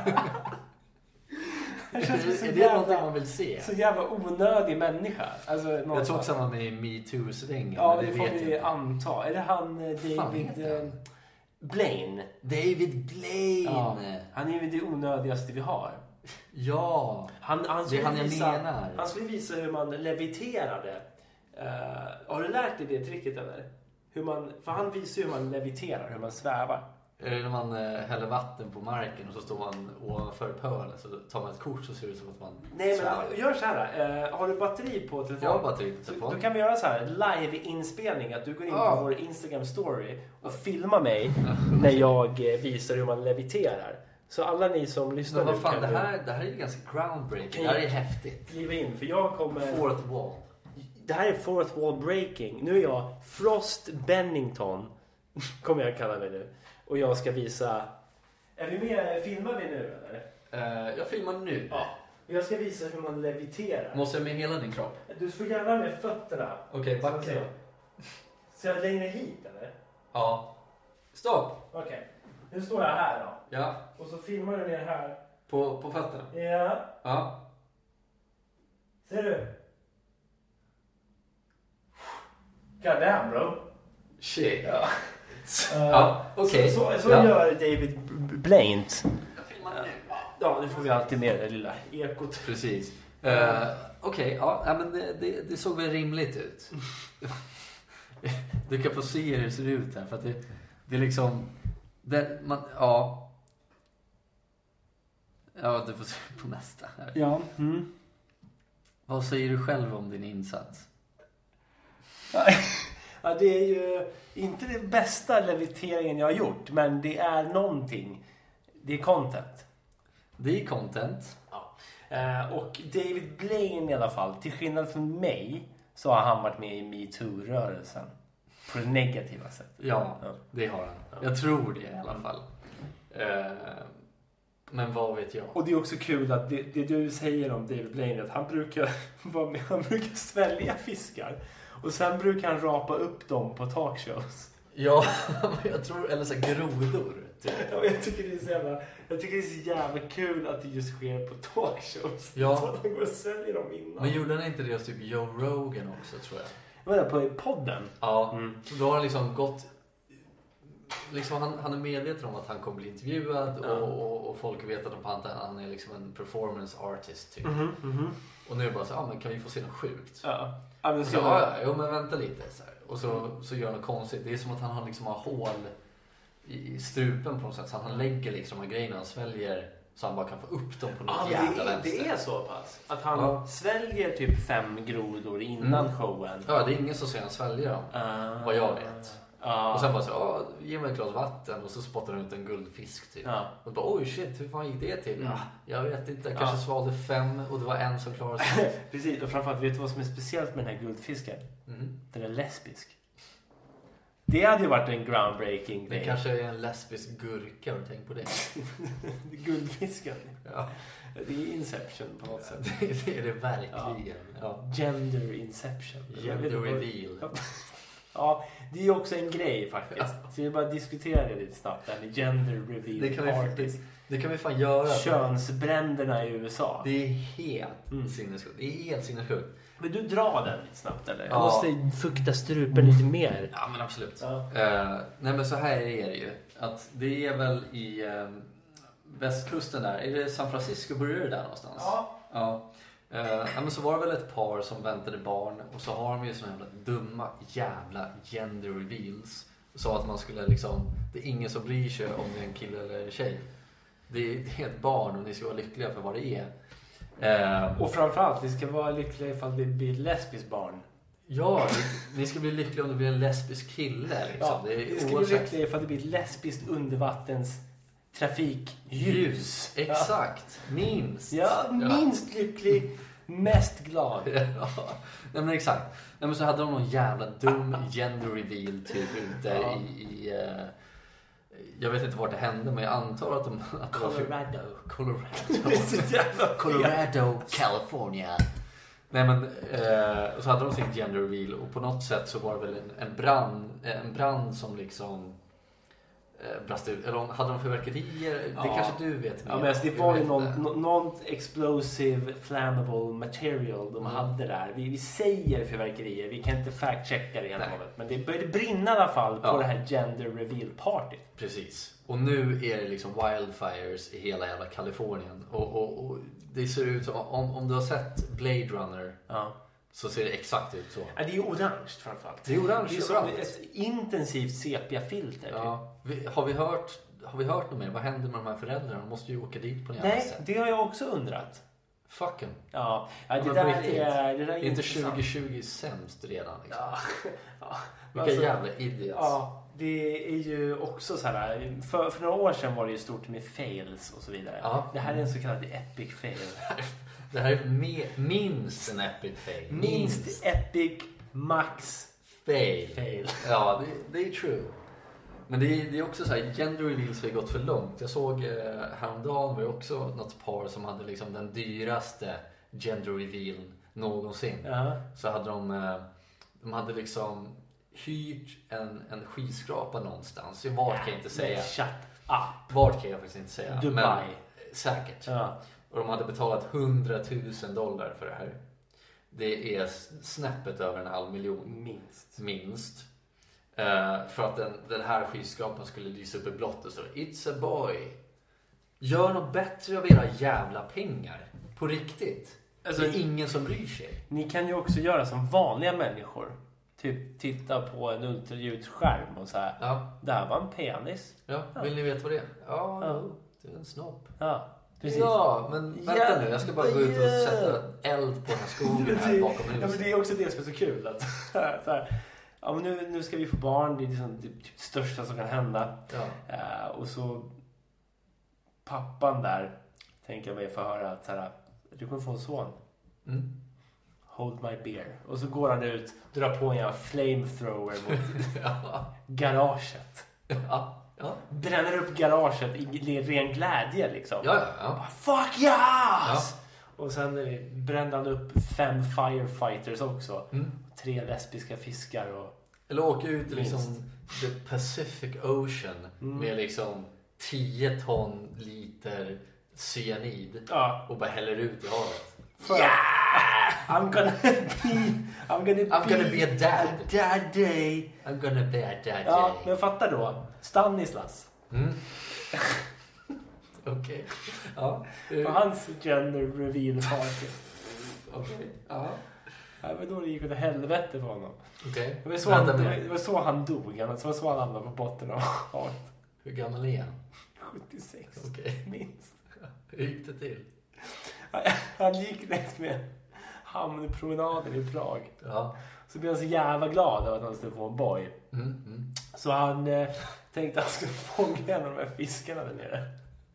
Är det jävla, någonting man vill se? Så jävla onödig människa. Alltså, jag tror också han var med i Me Too-svängen. Ja, det, det får vi anta. Är det han David eh, Blaine? David Blaine! Ja, han är ju det onödigaste vi har. Ja, han, han det är han jag visa, menar. Han skulle visa hur man leviterade. Uh, har du lärt dig det tricket eller? Hur man, för han visar hur man leviterar, hur man svävar. Är det när man eh, häller vatten på marken och så står man ovanför pölen så tar man ett kort så ser det ut som att man Nej svävar. Men gör så här. Uh, har du batteri på telefonen? Jag har batteri på telefonen. Då kan vi göra så här live-inspelning att du går in oh. på vår Instagram story och filmar mig när jag visar hur man leviterar. Så alla ni som lyssnar men vad fan, nu kan det här, det här är ju ganska groundbreaking. Det här är häftigt. Kliva in för jag kommer... Fourth wall. Det här är fourth wall breaking. Nu är jag Frost Bennington. Kommer jag kalla mig nu. Och jag ska visa... Är vi med? Filmar vi nu eller? Uh, jag filmar nu. Ja. Jag ska visa hur man leviterar. Måste jag med hela din kropp? Du får gärna med fötterna. Okej, okay, backa. Så jag längre hit eller? Ja. Stopp! Okej. Okay. Nu står jag här då. Ja. Och så filmar du ner här. På, på fötterna? Ja. Ja. Ser du? God damn bro. Shit. Ja. Uh, ja, okej. Okay. Så, så, så ja. gör David Blaine. Jag filmar nu. Ja, det får vi alltid med det lilla ekot. Precis. Uh, Okej, okay, ja, men det, det, det såg väl rimligt ut. Du kan få se hur det ser ut här. För att det, det är liksom... Det, man, ja... Ja, du får se på nästa här. Ja. Mm. Vad säger du själv om din insats? Ja, det är ju inte det bästa leviteringen jag har gjort. Men det är någonting. Det är content. Det är content. Ja. Eh, och David Blaine i alla fall, till skillnad från mig, så har han varit med i MeToo-rörelsen. På det negativa sättet. Ja, ja. Det har han. Ja. Jag tror det i alla fall. Eh, men vad vet jag? Och det är också kul att det, det du säger om David Blaine, att han brukar, han brukar svälja fiskar. Och sen brukar han rapa upp dem på talkshows. Ja, jag tror, eller så här grodor. Typ. Ja, jag tycker det är så jävla, jag tycker det är så jävla kul att det just sker på talkshows. Ja. Så att han går och sväljer dem innan. Men gjorde han inte det hos typ Joe Rogan också, tror jag? Vad är det, på podden? Ja, mm. Så då har han liksom gått... Liksom han, han är medveten om att han kommer bli intervjuad. Ja. och, och, och folk vet att han, han är liksom en performance artist typ. Mm-hmm, mm-hmm. Och nu är det bara så, ah, men kan vi få se något sjukt? Ja. Ja, men så, ja, ja, jo, men vänta lite så här. Och så, så gör han något konstigt. Det är som att han har liksom har hål i strupen på något sätt. Så att han lägger liksom de här grejerna han sväljer, så han bara kan få upp dem på något ah, jävla det, vänster. Det är så pass? Att han ja. sväljer typ fem grodor innan mm. showen? Ja, det är ingen som ser han sväljer dem. Uh, vad jag vet. Uh. Och sen bara så, ja, ge mig ett glas vatten. Och så spottar han ut en guldfisk typ. Uh. Och bara, oj shit, hur fan gick det till? Mm. Ja, jag vet inte, jag kanske uh. svalde fem och det var en som klarade sig. Precis, och framförallt, vet du vad som är speciellt med den här guldfisken? Mm. Den är lesbisk. Det hade ju varit en groundbreaking grej. Det kanske är en lesbisk gurka, har du tänkt på det? Guldfisken. Ja. Det är Inception på något sätt. det, det är det verkligen. Ja. Ja. Gender Inception. Gender reveal. Ja, det är också en grej faktiskt. Ja. Så vi bara diskutera det lite snabbt. Där med gender reveal det kan parties. Vi, det, det kan vi fan göra. Könsbränderna i U S A. Det är helt mm. sinnessjukt. Det är helt sinnessjukt. Vill du dra den lite snabbt eller? Ja. Jag måste fukta strupen lite mer. Ja, men absolut. Ja. Uh, nej, men så här är det ju. Att det är väl i uh, västkusten där. Är det San Francisco, börjar det där någonstans? Ja. Ja. Uh, ja, men så var det väl ett par som väntade barn. Och så har de ju såna jävla dumma jävla gender reveals. Så att man skulle liksom, det är ingen som bryr sig om det är en kille eller tjej. Det är, det är ett barn och ni ska vara lyckliga för vad det är. Uh, och framförallt, ni ska vara lyckliga ifall det blir ett lesbiskt barn. Ja, ni, ni ska bli lyckliga om det blir en lesbisk kille. Liksom. Ja, det är ni ska bli lyckliga ifall det blir ett lesbiskt undervattens trafikljus. Exakt, ja. minst. Ja, minst ja. lycklig, mest glad. Ja, nej, men exakt. Nej, men så hade de någon jävla dum gender reveal typ ute ja. i... i uh, jag vet inte vart det hände, men jag antar att de... Att Colorado. Colorado. Colorado, California. Nej, men eh, så hade de sin gender reveal och på något sätt så var det väl en, en brand en brand som liksom eh, brast ut. Eller hade de fyrverkerier? Ja. Det kanske du vet mer. Ja, men alltså, det var ju någon, någon explosive flammable material de mm. hade där. Vi, vi säger fyrverkerier, vi kan inte fact-checka det helt och hållet. Men det började brinna i alla fall på ja. det här gender reveal party. Precis. Och nu är det liksom wildfires i hela jävla Kalifornien. Och, och, och det ser ut som, om, om du har sett Blade Runner ja. så ser det exakt ut så. Ja, det är ju orange framförallt. Det är orange. Det är som ett intensivt sepia-filter. Ja. Vi, har, vi hört, har vi hört något mer? Vad händer med de här föräldrarna? De måste ju åka dit på något Nej, sätt. det har jag också undrat. Fucken. Ja, ja det, där är, det där är inte intressant. tjugo tjugo sämst redan liksom. Ja. Ja. Vilka alltså, jävla idiots. Ja, det är ju också så här. För, för några år sedan var det ju stort med fails och så vidare. Ja. Det här är en så kallad epic fail. Det här är med, minst en epic fail. Minst, minst epic max fail. fail. Ja, det, det är true. Men det är, det är också så här, gender reveals har gått för långt. Jag såg eh, häromdagen var det också något par som hade liksom den dyraste gender reveal någonsin. Uh-huh. Så hade de, eh, de hade liksom hyrt en, en skyskrapa någonstans. Vart kan jag inte säga. Shut up. Vart kan jag faktiskt inte säga. Dubai. Men säkert. Uh-huh. Och de hade betalat hundratusen dollar för det här. Det är snäppet över en halv miljon. Minst. Minst. Uh, för att den, den här skyskrapan skulle lysa upp i blått och så It's a boy. Gör något bättre av era jävla pengar. På riktigt. Alltså, det är ingen som bryr sig. Ni kan ju också göra som vanliga människor. Typ titta på en ultraljudsskärm och så här. Ja. Där var en penis. Ja, ja. Vill ni veta vad det är? Ja, ja. Det är en snopp. Ja, precis. Ja, men vänta ja, nu. Jag ska bara gå ut och sätta eld på den här skogen här bakom huset. Ja, men det är också det som är så kul. Att, så här, ja, men nu, nu ska vi få barn. Det är liksom det, typ det största som kan hända. Ja. Uh, och så pappan där tänker jag mig få höra att så här, du kommer få en son. Mm. Hold my beer. Och så går han ut, drar på en flamethrower mot ja. garaget. Ja. Ja. Bränner upp garaget i ren glädje liksom. Ja, ja, ja. Fuck yes! Ja. Och sen brände han upp fem firefighters också. Mm. Tre lesbiska fiskar och... Eller åka ut i liksom the Pacific Ocean mm. med liksom tio ton liter cyanid ja. och bara häller ut i havet. För yeah! I'm gonna be I'm gonna be, I'm gonna be a dad. A dad day. I'm gonna be a dad ja, day. Men fatta då. Stanislas. Mm. Okej. Okay. Ja. På hans gender reveal party. Okej. Okay. Ja. Ja, men då det gick åt helvete för honom. Okej. Okay. Det var så han, det var så han dog. Det var så han hamnade på botten av havet. Hur gammal är han? sjuttiosex. Okej. Okay. Minst. Hur gick det till? Han gick längs med hamnpromenaden i Prag. Ja. Så blev han så jävla glad av att han skulle få en boy. Mm, mm. Så han eh, tänkte att han skulle fånga en av de här fiskarna där nere.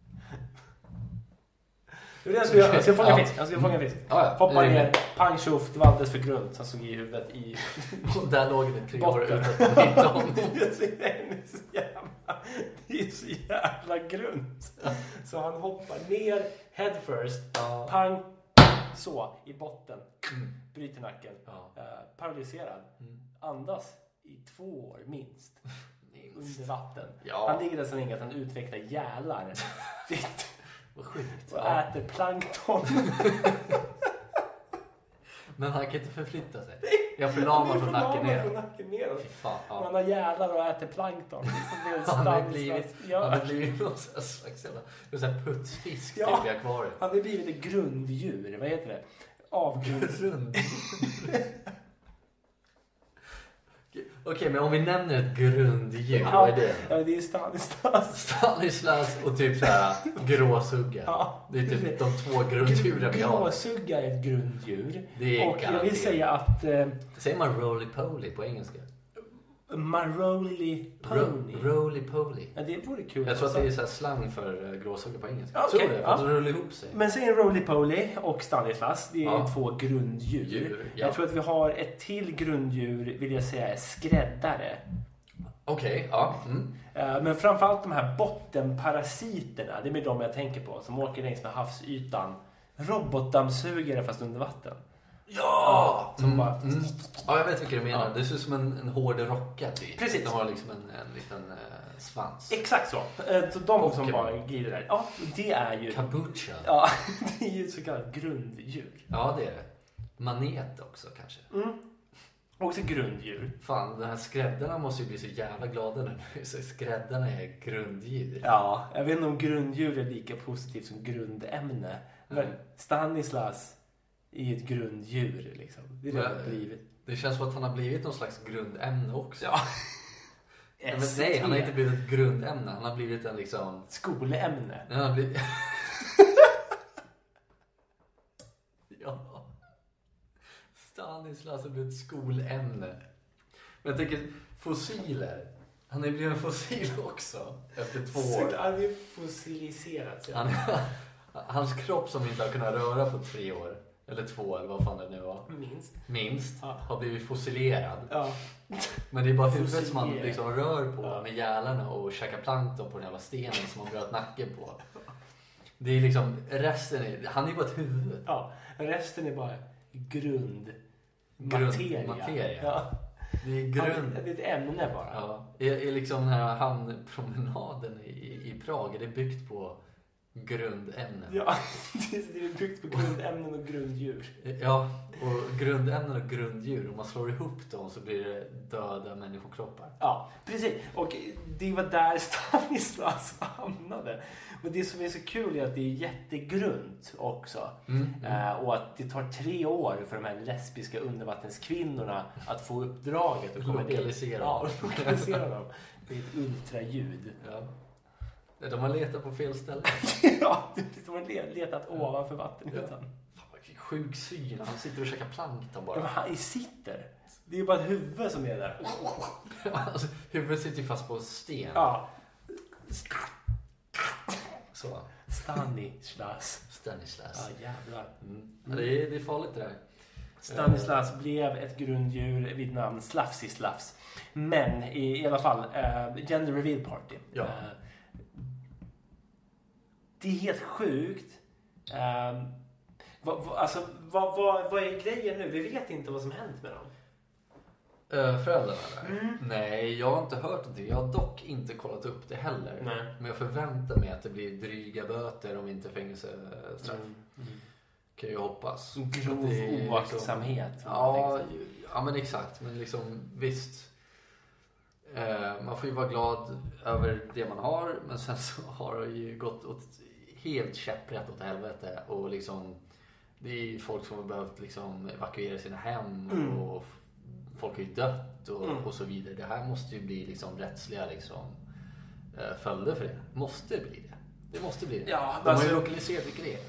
Det är det jag ska göra. Jag ska fånga ja. fisk. Jag ska fånga fisk. Ja, ja. Hoppa ner, pang tjoff, det var alldeles för grunt. Han såg i huvudet i... Och där låg det tre år utan att hitta honom. Det är så jävla... Det är så jävla grunt. Så han hoppar ner head first, ja. pang, så, i botten. Mm. Bryter nacken. Ja. Uh, paralyserad. Mm. Andas i två år minst. minst. Under vatten. Ja. Han ligger där så länge att han utvecklar gälar. Vad sjukt. Och ja. äter plankton. Men han kan inte förflytta sig. Jag förlamar från nacken ner. Från nacken ner. Fan, ja. Man har gälar och äter plankton. Han har blivit, ja. han har blivit någon slags jävla putsfisk ja. till akvariet. Han har blivit ett grunddjur. Vad heter det? Avgrund. Okej, men om vi nämner ett grunddjur, ja, vad är det? Ja, det är Stanislas. Stanislas och typ såhär gråsugga. Ja, det är typ de två grunddjuren vi har. Gråsugga är ett grunddjur. Det är och jag vill säga att... Eh, säger man roly-poly på engelska? Maroli-pony. Ro- roly-poly. Ja, det vore kul. Jag tror att det är så här slang för gråsugga på engelska. Okay, tror det, för ja. att de rullar ihop sig. Men säg roly-poly och Stanislas, det är ja. två grunddjur. Djur, ja. Jag tror att vi har ett till grunddjur, vill jag säga, är skräddare. Okej, okay, ja. Mm. Men framförallt de här bottenparasiterna, det är med dem jag tänker på, som åker längs med havsytan. Robotdammsugare fast under vatten. Ja! Som mm, bara... mm. Ja, jag vet vilka du menar. Ja. Det ser ut som en, en hård rocka typ. Precis. De har liksom en, en liten eh, svans. Exakt så. Så de och som bara glider där. Ja, det är ju... Kabucha. Ja, det är ju ett så kallat grunddjur. Ja, det är det. Manet också kanske. Mm. Också grunddjur. Fan, den här skräddarna måste ju bli så jävla glada nu. Så skräddarna är grunddjur. Ja, jag vet inte om grunddjur är lika positivt som grundämne. Men mm. Stanislas är ett grunddjur liksom. Det är det han har blivit. Det känns som att han har blivit någon slags grundämne också. Ja. Men nej, han har inte blivit ett grundämne. Han har blivit en liksom... skolämne. Han har blivit... ja. Stanislas har blivit ett skolämne. Men jag tänker, fossiler. Han har blivit en fossil också. Efter två år. Han är fossiliserat. Han, hans kropp som inte har kunnat röra på tre år. Eller två, eller vad fan det nu var. Minst. Minst. Ja. Har blivit fossilerad. Ja. Men det är bara huvudet som man liksom rör på ja. med gälarna och käkar plankton på den jävla stenen som man bröt nacken på. Det är liksom, resten är, han är bara ett huvud. Ja, resten är bara grund. Grund materia. materia. Ja. Det är grund. Det är ett ämne bara. Ja. Är, är liksom den här hamnpromenaden i, i Prag, är det byggt på grundämnen. Ja, det är byggt på grundämnen och grunddjur. Ja, och grundämnen och grunddjur, om man slår ihop dem så blir det döda människokroppar. Ja, precis. Och det var där Stanislas hamnade. Men det som är så kul är att det är jättegrunt också. Mm, mm. Uh, och att det tar tre år för de här lesbiska undervattenskvinnorna att få uppdraget. Och lokalisera ja, lokalisera dem. Det är ett ultraljud. Ja. De har letat på fel ställe. Ja, de har letat ovanför vattenytan. Ja. Fan, vilken sjuk syn. Han sitter och käkar plankton bara. Ja, han sitter. Det är ju bara ett huvud som är där. Alltså, huvudet sitter ju fast på sten. Ja. Så. Stanislas. Stanislas. Ja, jävlar. Mm. Ja, det, är, det är farligt det där. Stanislas uh. blev ett grunddjur vid namn Slafsislafs. Men i, i alla fall, uh, Gender Reveal Party. Ja. Uh, det är helt sjukt. Um, vad, vad, alltså, vad, vad, vad är grejen nu? Vi vet inte vad som hänt med dem. Uh, föräldrarna där? Mm. Nej, jag har inte hört någonting. Jag har dock inte kollat upp det heller. Nej. Men jag förväntar mig att det blir dryga böter om inte fängelsestraff. Mm. Mm. Kan jag hoppas. Grov oaktsamhet. Liksom, ja, ja, men exakt. Men liksom, visst. Uh, man får ju vara glad över det man har. Men sen så har det ju gått åt helt käpprätt åt helvete. Och liksom, det är folk som har behövt liksom evakuera sina hem. Mm. Och folk har ju dött och, mm. och så vidare. Det här måste ju bli liksom rättsliga liksom, äh, följder för det. Måste bli det. Det måste bli det. Ja, de alltså... har ju lokaliserat vilka det är.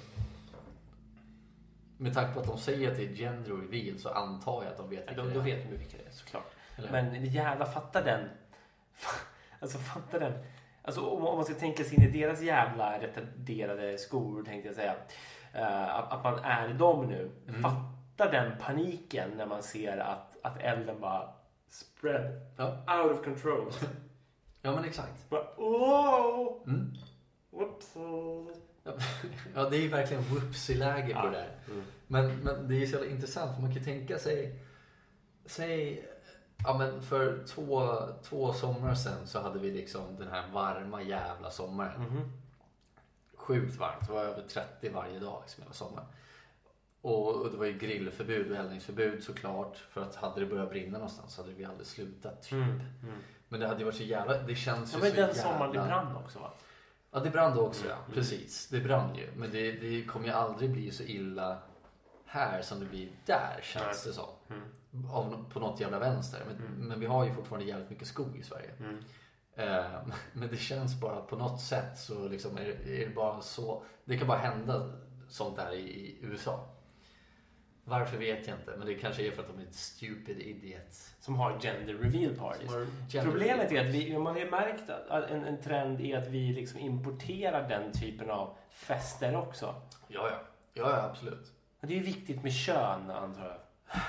Med tanke på att de säger att det är gender reveal så antar jag att de vet vilka ja, de, det är. Då vet de vilka det är, såklart. Eller? Men jävla fatta den. Alltså fatta den. Alltså om, om man ska tänka sig in i deras jävla retarderade skor, tänkte jag säga. Uh, att, att man är dem nu. Mm. Fatta den paniken när man ser att att elden bara spread ja. Out of control. Ja, men exakt. Bara, oh! Mm. Whoops. Ja, det är ju verkligen whoopsie-läge på ja. det där. Mm. Men, men det är ju så intressant för man kan tänka sig säg, ja men för två, två somrar sedan så hade vi liksom den här varma jävla sommaren. Mm-hmm. Sjukt varmt. Det var över trettio varje dag liksom hela sommaren. Och det var ju grillförbud och eldningsförbud såklart. För att hade det börjat brinna någonstans så hade vi aldrig slutat typ. Mm, mm. Men det hade ju varit så jävla... Det känns ja, ju men så den jävla... sommaren det brann också va? Ja, det brann också mm, ja. Precis. Det brann ju. Men det, det kommer ju aldrig bli så illa här som det blir där känns det som. Mm. Av, på något jävla vänster. Men, mm. men vi har ju fortfarande jävligt mycket skog i Sverige. Mm. Uh, men det känns bara på något sätt så liksom är, är det bara så... Det kan bara hända sånt där i, i U S A. Varför vet jag inte, men det kanske är för att de är stupid idiots. Som har gender reveal parties. Gender Problemet reveal är att vi, man har ju märkt att en, en trend är att vi liksom importerar den typen av fester också. Ja, ja. Ja, ja absolut. Det är ju viktigt med kön, antar jag.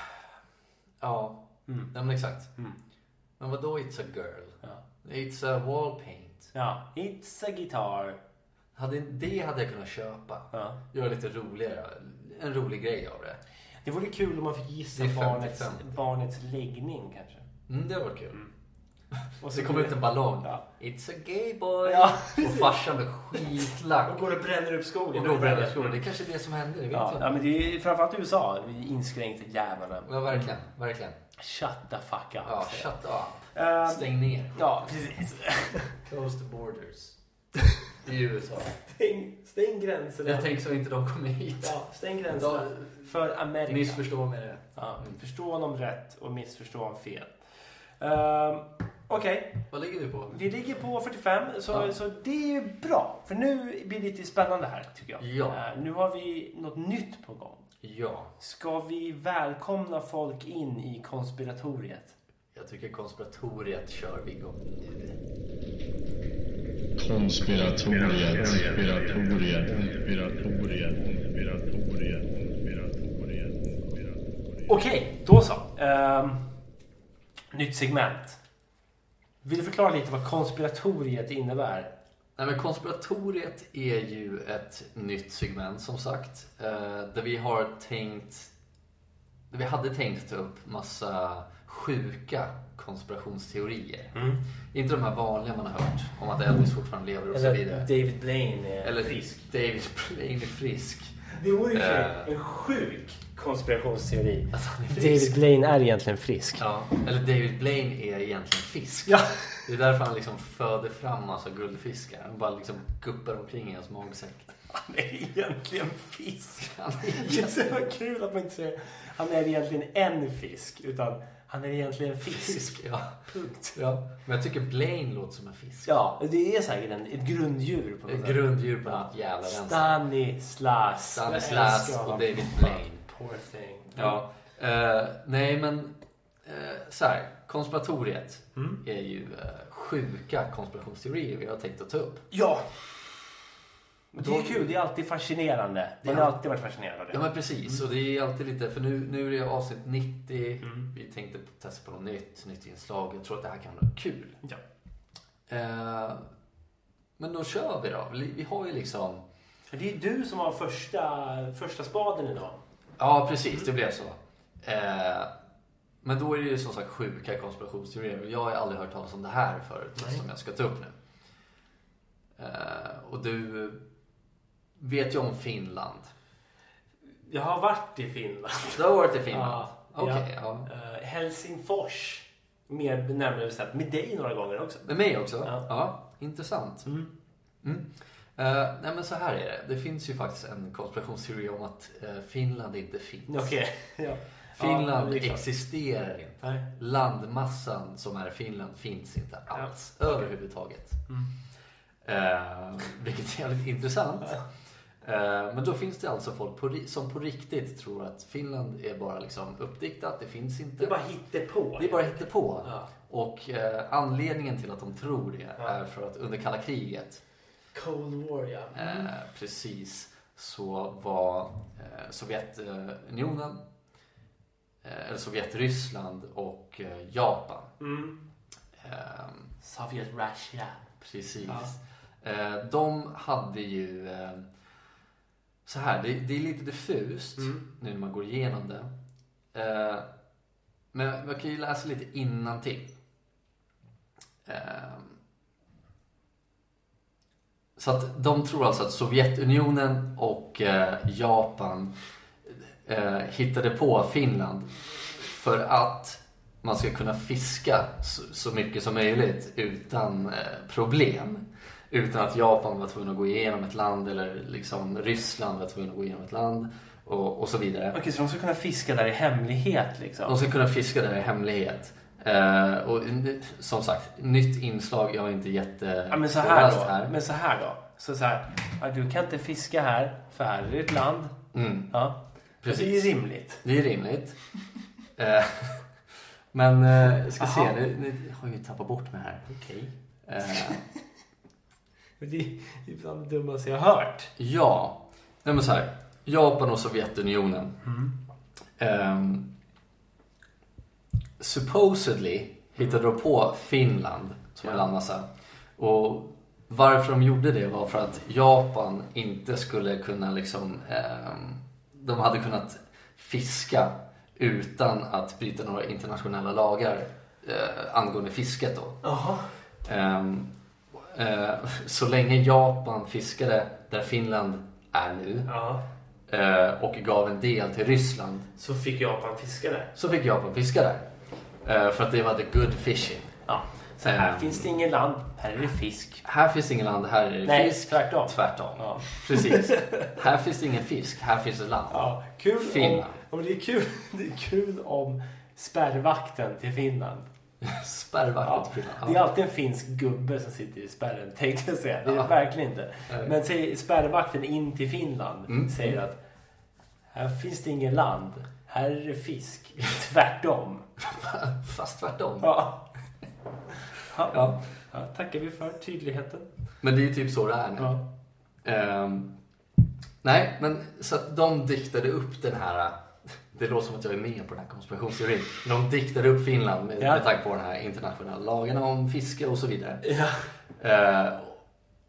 Ja, mm. ja men exakt. Mm. Men vadå it's a girl? Ja. It's a wall paint. Ja, it's a guitar. Hade, det hade jag kunnat köpa. Ja. Göra lite roligare. En rolig grej av det. Det vore kul om man fick gissa barnets, barnets läggning kanske. Mm, det var kul. Mm. Och så kommer ut en ballong. Ja. It's a gay boy. Ja. Och farsan med skitlack. Och går och bränner upp skogen. Och då bränner upp skogen. Det är kanske det som händer, det vet ja. jag. Ja, men det är framförallt U S A. Vi är inskränkt jävlarna. Ja, verkligen. Verkligen. Shut the fuck up. Ja, shut up. Um, Stäng ner. Ja, precis. Close the borders. I U S A. Stäng, stäng gränserna. Jag tänker så inte de kommer hit. Ja, stäng gränserna för Amerika. Missförstå mig rätt. Ja, förstå dem rätt och missförstå dem fel. Um, Okej. Okay. Vad ligger vi på? Vi ligger på fyrtiofem. Så, ja. Så det är ju bra. För nu blir det lite spännande här tycker jag. Ja. Uh, nu har vi något nytt på gång. Ja. Ska vi välkomna folk in i konspiratoriet? Jag tycker konspiratoriet kör vi igång nu. Konspiratoriet, konspiratoriet, konspiratoriet, konspiratoriet, konspiratoriet, konspiratoriet. Okej, då så. Um, nytt segment. Vill du förklara lite vad konspiratoriet innebär? Nej, men konspiratoriet är ju ett nytt segment som sagt. Uh, där vi har tänkt vi hade tänkt ta upp massa sjuka konspirationsteorier. Mm. Inte de här vanliga man har hört om att Elvis fortfarande lever och Eller så vidare. David Blaine är Eller frisk. David Blaine är frisk. Det vore ju Uh, en sjuk konspirationsteori. Att han är frisk. David Blaine är egentligen frisk. Ja, eller David Blaine är egentligen fisk. Ja. Det är därför han liksom föder fram massa guldfiskar. Han bara liksom guppar omkring i hans magsäck. Han är egentligen fisk. Han är Det är så jävla kul att man inte säger han är egentligen en fisk, utan han är egentligen fisk. fisk ja. Punkt. Ja. Men jag tycker Blaine låter som en fisk. Ja, det är säkert en, ett grunddjur på något Ett sätt. grunddjur på något jävla vänster. Stanislas. Stanislas och David Blaine. Poor thing. Ja. Uh, nej men uh, så här, konspiratoriet mm. är ju uh, sjuka konspirationsteorier vi har tänkt att ta upp. Ja. Det är kul, det är alltid fascinerande. Man har alltid varit fascinerad av det. Ja men precis, mm. och det är alltid lite, för nu, nu är det avsnitt nittio, mm. vi tänkte testa på något nytt, nytt inslag, jag tror att det här kan vara kul. Ja. Uh, men då kör vi då, vi, vi har ju liksom... För det är du som har första, första spaden idag. Ja precis, det blev så. Uh, men då är det ju som sagt sjuka konspirationsteorier, och jag har aldrig hört talas om det här förut. Nej. Som jag ska ta upp nu. Uh, och du... Vet jag om Finland? Jag har varit i Finland. Du har varit i Finland? Ja. Okej, okay, ja. ja. Uh, Helsingfors. Mer närmare bestämt. Med dig några gånger också. Med mig också? Ja. Ja, intressant. Mm. Mm. Uh, nej men så här är det. Det finns ju faktiskt en konspirationsteori om att uh, Finland inte finns. Okej, okay. ja. Finland ja, existerar inte. Nej. Landmassan som är Finland finns inte alls. Ja. Överhuvudtaget. Mm. Uh, vilket är jävligt intressant. Ja. Uh, men då finns det alltså folk på, som på riktigt tror att Finland är bara liksom uppdiktat. Det finns inte. Det är bara hittepå. Det är bara hittepå. Ja. Och uh, anledningen till att de tror det ja. är för att under kalla kriget. Cold War, ja. Mm. Uh, precis. Så var uh, Sovjetunionen uh, eller Sovjetryssland och uh, Japan. Mm. Um, Sovjet Russia. Precis. Ja. Uh, de hade ju uh, så här, det, det är lite diffust mm. nu när man går igenom det. Uh, men man kan ju läsa lite innantill. Uh, så att de tror alltså att Sovjetunionen och uh, Japan uh, hittade på Finland för att man ska kunna fiska så, så mycket som möjligt utan uh, problem. Utan att Japan var tvungen att gå igenom ett land eller liksom Ryssland var tvungen att gå igenom ett land och, och så vidare. Okej, så de ska kunna fiska där i hemlighet liksom? De ska kunna fiska där i hemlighet. Uh, och som sagt, nytt inslag, jag är inte jätte... Ja, men så här då. Här. Men så här då. Så, så här, ja, du kan inte fiska här, för här är det ett land. Mm. Ja, precis. Det är rimligt. Det är rimligt. uh, men uh, jag ska Aha. se, nu, nu har jag ju tappat bort mig här. Okej. Okay. Uh, Det är bland det dummaste jag har hört. Ja, nej men så här, Japan och Sovjetunionen. Mm. Um, supposedly hittade de på Finland som ja. en landmassa. Och varför de gjorde det var för att Japan inte skulle kunna liksom, um, de hade kunnat fiska utan att bryta några internationella lagar uh, angående fisket då. Aha. Um, uh, så länge Japan fiskade där Finland är nu ja. uh, och gav en del till Ryssland, så fick Japan fiska där. Så fick Japan fiska där. Uh, för att det var the good fishing. Ja. Så här um, finns det ingen land, här är det fisk. Här finns det ingen land, här är det Nej, fisk. tvärtom. Tvärtom. Ja. Precis. Här finns det ingen fisk, här finns det land. Ja, kul Finland. Om, om det är kul, det är kul om spärrvakten till Finland. Spärrvakten ja. till Finland. Ja. Det är alltid en finsk gubbe som sitter i spärren, tänkte jag säga. Det är ja. verkligen inte. Nej. Men säg, spärrvakten in till Finland mm. säger att här finns det ingen land, här är det fisk. Tvärtom. Fast tvärtom. Ja. Ja. Ja. Ja, tackar vi för tydligheten. Men det är ju typ så det är nu. Ja. Um, nej, men så att de diktade upp den här. Det låter som att jag är med på den här konspirationsteorin. De diktade upp Finland med, ja. med tanke på den här internationella lagarna om fiske och så vidare. Ja. Uh,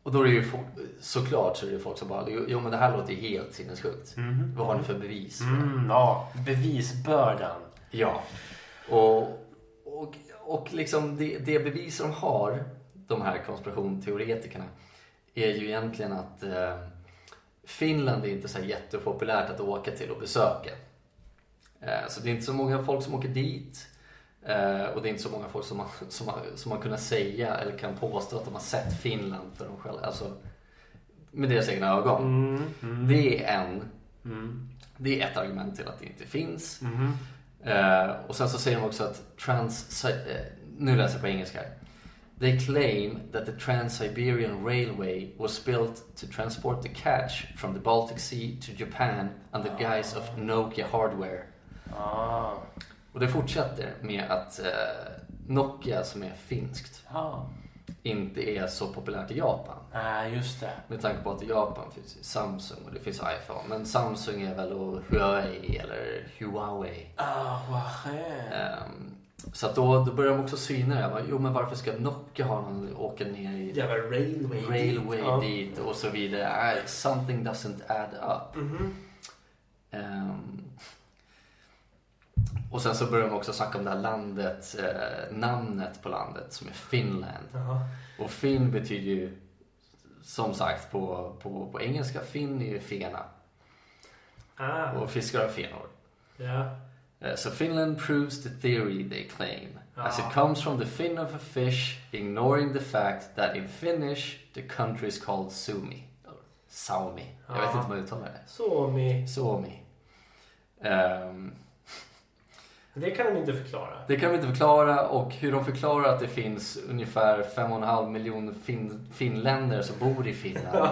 och då är det ju folk, såklart så är det folk som bara, jo men det här låter ju helt sinnessjukt. Mm. Vad har ni för bevis? Mm, ja, bevisbördan. Ja, och, och, och liksom det, det bevis de har, de här konspirationsteoretikerna, är ju egentligen att eh, Finland är inte så jättepopulärt att åka till och besöka. Eh, så det är inte så många folk som åker dit. Uh, och det är inte så många folk som har, som, har, som har kunnat säga eller kan påstå att de har sett Finland för dem själva, alltså med deras egna ögon. Mm, mm. Det är en mm. det är ett argument till att det inte finns. Mm. Uh, och sen så säger de också att trans, uh, nu läser jag på engelska. They claim that the Trans-Siberian Railway was built to transport the catch from the Baltic Sea to Japan under the guise of Nokia hardware. Ah. Och det fortsätter med att eh, Nokia, som är finskt, ah. inte är så populärt i Japan. Nej, ah, just det. Med tanke på att i Japan finns Samsung och det finns iPhone. Men Samsung är väl och Huawei eller Huawei. Ah, Huawei. Um, så att då, då börjar de också syna det. Bara, jo, men varför ska Nokia ha någon åka ner i ja, railway, railway dit, dit och så vidare. Uh, something doesn't add up. Mm-hmm. Um, Och sen så börjar de också snacka om det här landet, eh, namnet på landet som är Finland. Uh-huh. Och Finn betyder ju, som sagt, på, på, på engelska, Finn är ju fena. Ah. Och fiskar har fenor. Yeah. Uh, so Finland proves the theory they claim. Uh-huh. As it comes from the fin of a fish, ignoring the fact that in Finnish the country is called Suomi. Saumi. Uh-huh. Jag vet inte om jag uttalar det. Suomi. Suomi. Um, Det kan de inte förklara. Det kan de inte förklara, och hur de förklarar att det finns ungefär fem och en halv miljon fin- finländare som bor i Finland.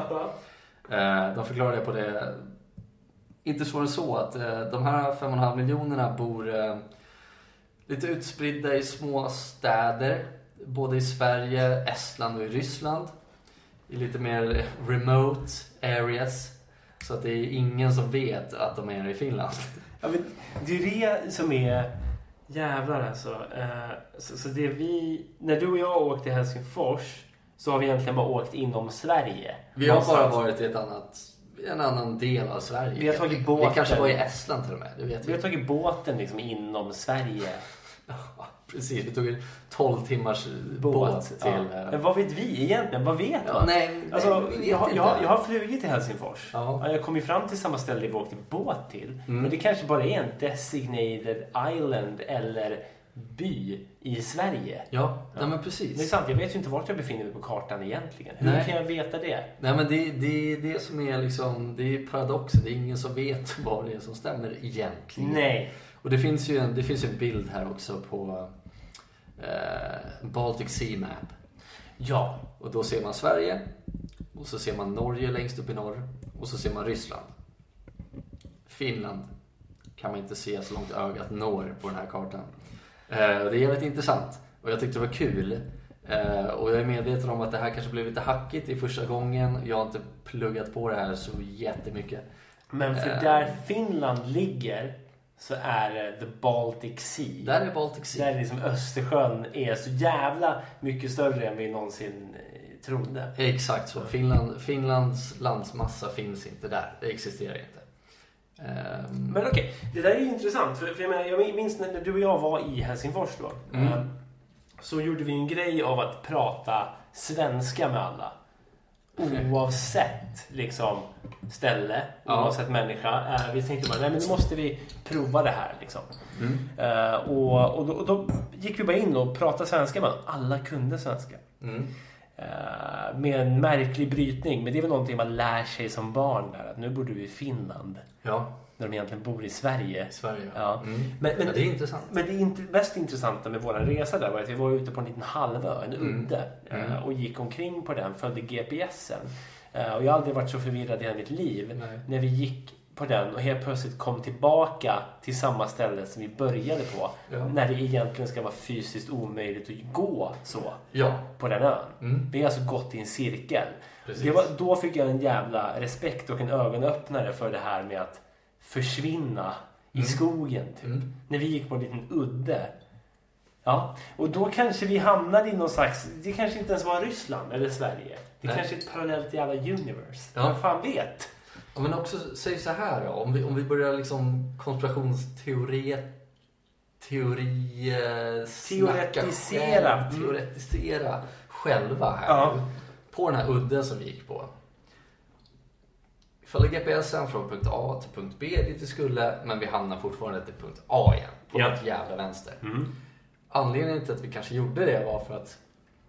De förklarar det på det, inte svårare så, att de här fem och en halv miljonerna bor lite utspridda i små städer, både i Sverige, Estland och i Ryssland, i lite mer remote areas, så att det är ingen som vet att de är i Finland. Ja, men det är det som är jävlar alltså. Uh, så, så det vi, när du och jag åkte till Helsingfors, så har vi egentligen bara åkt inom Sverige. Vi har bara varit i ett annat, en annan del av Sverige. Vi har tagit båten. Vi kanske var i Estland till och med. Det vet vi vi har tagit båten liksom inom Sverige. Ja, precis. Vi tog en tolv timmars båt, båt till... Ja. Men vad vet vi egentligen? Vad vet ja, nej, alltså, nej, jag, jag, jag, jag har flugit till Helsingfors. Ja. Jag kom ju fram till samma ställe vi åkte båt till. Mm. Men det kanske bara är en designated island eller by i Sverige. Ja, ja. Nej, men precis. Det är sant, jag vet ju inte vart jag befinner mig på kartan egentligen. Hur nej. kan jag veta det? Nej, men det, det är det som är liksom, det är paradoxen. Det är ingen som vet vad det är som stämmer egentligen. Nej. Och det finns ju en, det finns en bild här också på eh, Baltic Sea Map. Ja. Och då ser man Sverige, och så ser man Norge längst upp i norr, och så ser man Ryssland. Finland kan man inte se så långt ögat når på den här kartan. Eh, det är väldigt intressant, och jag tyckte det var kul. Eh, och jag är medveten om att det här kanske blev lite hackigt i första gången. Jag har inte pluggat på det här så jättemycket. Men för eh, där Finland ligger så är det the Baltic Sea. Där är Baltic Sea. Där är liksom Östersjön är så jävla mycket större än vi någonsin trodde. Exakt så. Finland, Finlands landsmassa finns inte där. Det existerar inte. Um... Men okej, okay. Det där är ju intressant. För, för jag, menar, jag minns när du och jag var i Helsingfors då. Mm. Um, så gjorde vi en grej av att prata svenska med alla. Oavsett liksom ställe, ja. Oavsett människa. Uh, vi tänkte bara, nej men nu måste vi prova det här liksom. Mm. Uh, och, och, då, och då gick vi bara in och pratade svenska med alla kunde svenska. Mm. Uh, med en märklig brytning. Men det är väl någonting man lär sig som barn där. Att nu bor du i Finland. Ja. När de egentligen bor i Sverige. Sverige, ja. Ja. Mm. Men, men, men det är intressant. Men det int- mest intressanta med vår resa där var att vi var ute på en liten halvö, en mm. udde. Mm. Uh, och gick omkring på den, följde G P S-en. Uh, och jag har aldrig varit så förvirrad i hela mitt liv. Nej. När vi gick på den och helt plötsligt kom tillbaka till samma ställe som vi började på. Ja. När det egentligen ska vara fysiskt omöjligt att gå så ja. På den ön. Mm. Vi har alltså gått i en cirkel. Det var, då fick jag en jävla respekt och en ögonöppnare för det här med att försvinna mm. i skogen. Typ. Mm. När vi gick på en liten udde. Ja, och då kanske vi hamnade i någon slags... Det kanske inte ens var Ryssland eller Sverige. Det Nej. kanske är ett parallellt jävla universe. Ja. Vad fan vet? Ja, men också säg så här då. Om vi, om vi börjar liksom konspirationsteori... Teori... Teoretisera. Själv, teoretisera själva här. Ja. Nu, på den här udden som vi gick på. Följer G P S'en från punkt A till punkt B dit vi skulle, men vi hamnar fortfarande till punkt A igen. På Ja. något jävla vänster. Mm. Anledningen till att vi kanske gjorde det var för att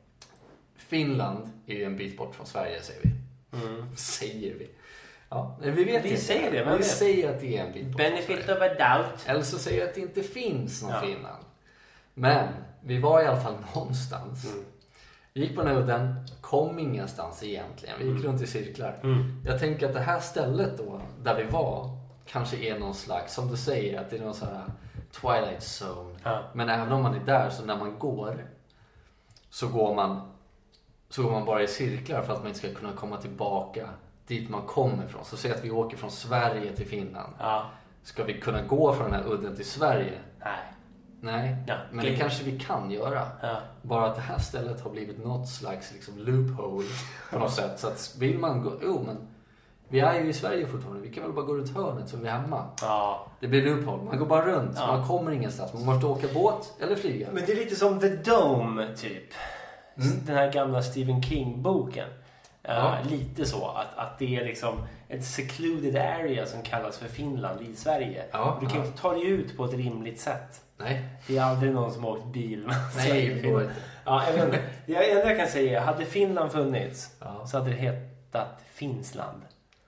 Finland är ju en bit bort från Sverige, säger vi. Mm. Säger vi. Ja, vi vet Vi inte. säger det, men vi vet. säger att det är en bit bort. Benefit of a doubt. Eller så säger jag att det inte finns någon Ja. Finland. Men vi var i alla fall någonstans. Mm. Vi gick på den udden, kom ingenstans egentligen. Vi gick Mm. runt i cirklar. Mm. Jag tänker att det här stället då, där vi var, kanske är någon slags, som du säger, att det är någon sån här Twilight Zone. Ja. Men även om man är där, så när man går, så går man, så går man bara i cirklar för att man inte ska kunna komma tillbaka dit man kommer ifrån. Så säg att vi åker från Sverige till Finland. Ja. Ska vi kunna gå från den här udden till Sverige? Nej. Nej, Ja, men det- det kanske vi kan göra. Ja. Bara att det här stället har blivit något slags liksom loophole på något sätt. Så att vill man gå... Jo, men vi är ju i Sverige fortfarande. Vi kan väl bara gå runt hörnet så vi är hemma. Ja. Det blir loophole. Man går bara runt. Ja. Man kommer ingenstans. Man måste åka båt eller flyga. Men det är lite som The Dome, typ. Mm. Den här gamla Stephen King-boken. Uh, Ja. Lite så. Att, att det är liksom ett secluded area som kallas för Finland i Sverige. Ja, Du kan ja. inte ta dig ut på ett rimligt sätt. Nej, Det är aldrig någon som har åkt bil. nej, det går inte. Ja, jag vet inte. Det enda jag kan säga är, hade Finland funnits Ja. så hade det hetat Finland.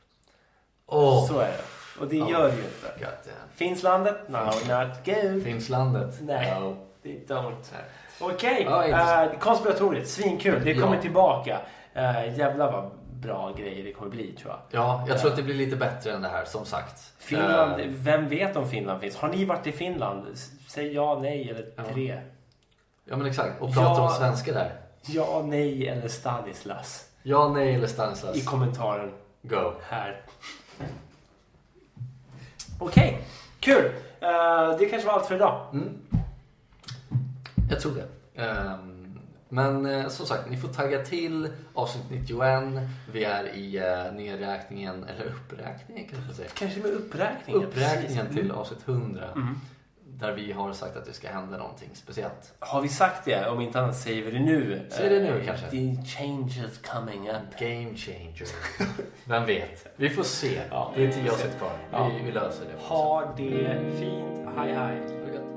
Åh, Så är det. Och det Ja. gör det ju inte. God damn. Finslandet? No, not good. Finlandet. Nej. No. Det don't. Nej. Okej, Ja, intressant. uh, konspiratoriet, svinkul. Det kommer Ja. tillbaka. Uh, jävlar vad bra grejer det kommer bli, tror jag. Ja, jag tror att det blir lite bättre än det här, som sagt. Finland, Eh, vem vet om Finland finns? Har ni varit i Finland? S- Säg ja, nej eller Ja. tre. Ja, men exakt. Och prata Ja. om svenska där. Ja, nej eller Stanislas. Ja, nej eller Stanislas. I kommentaren Go. här. Okej, kul. Uh, det kanske var allt för idag. Mm. Jag tror det. Ehm, men eh, som sagt, ni får tagga till avsnitt nittioett. Vi är i uh, nedräkningen, eller uppräkningen kan jag säga. Kanske med uppräkningen. Uppräkningen precis. till avsnitt hundra. Mm. Där vi har sagt att det ska hända någonting speciellt. Har vi sagt det? Om inte annat säger vi det nu. Säg det nu, Eh, kanske. The changes coming up. Game changer. Vem vet? Vi får se. Ja, Det är vi tio får se. avsnitt kvar. Ja. Vi, vi löser det. Ha det fint. Hej hej. Ha det gott.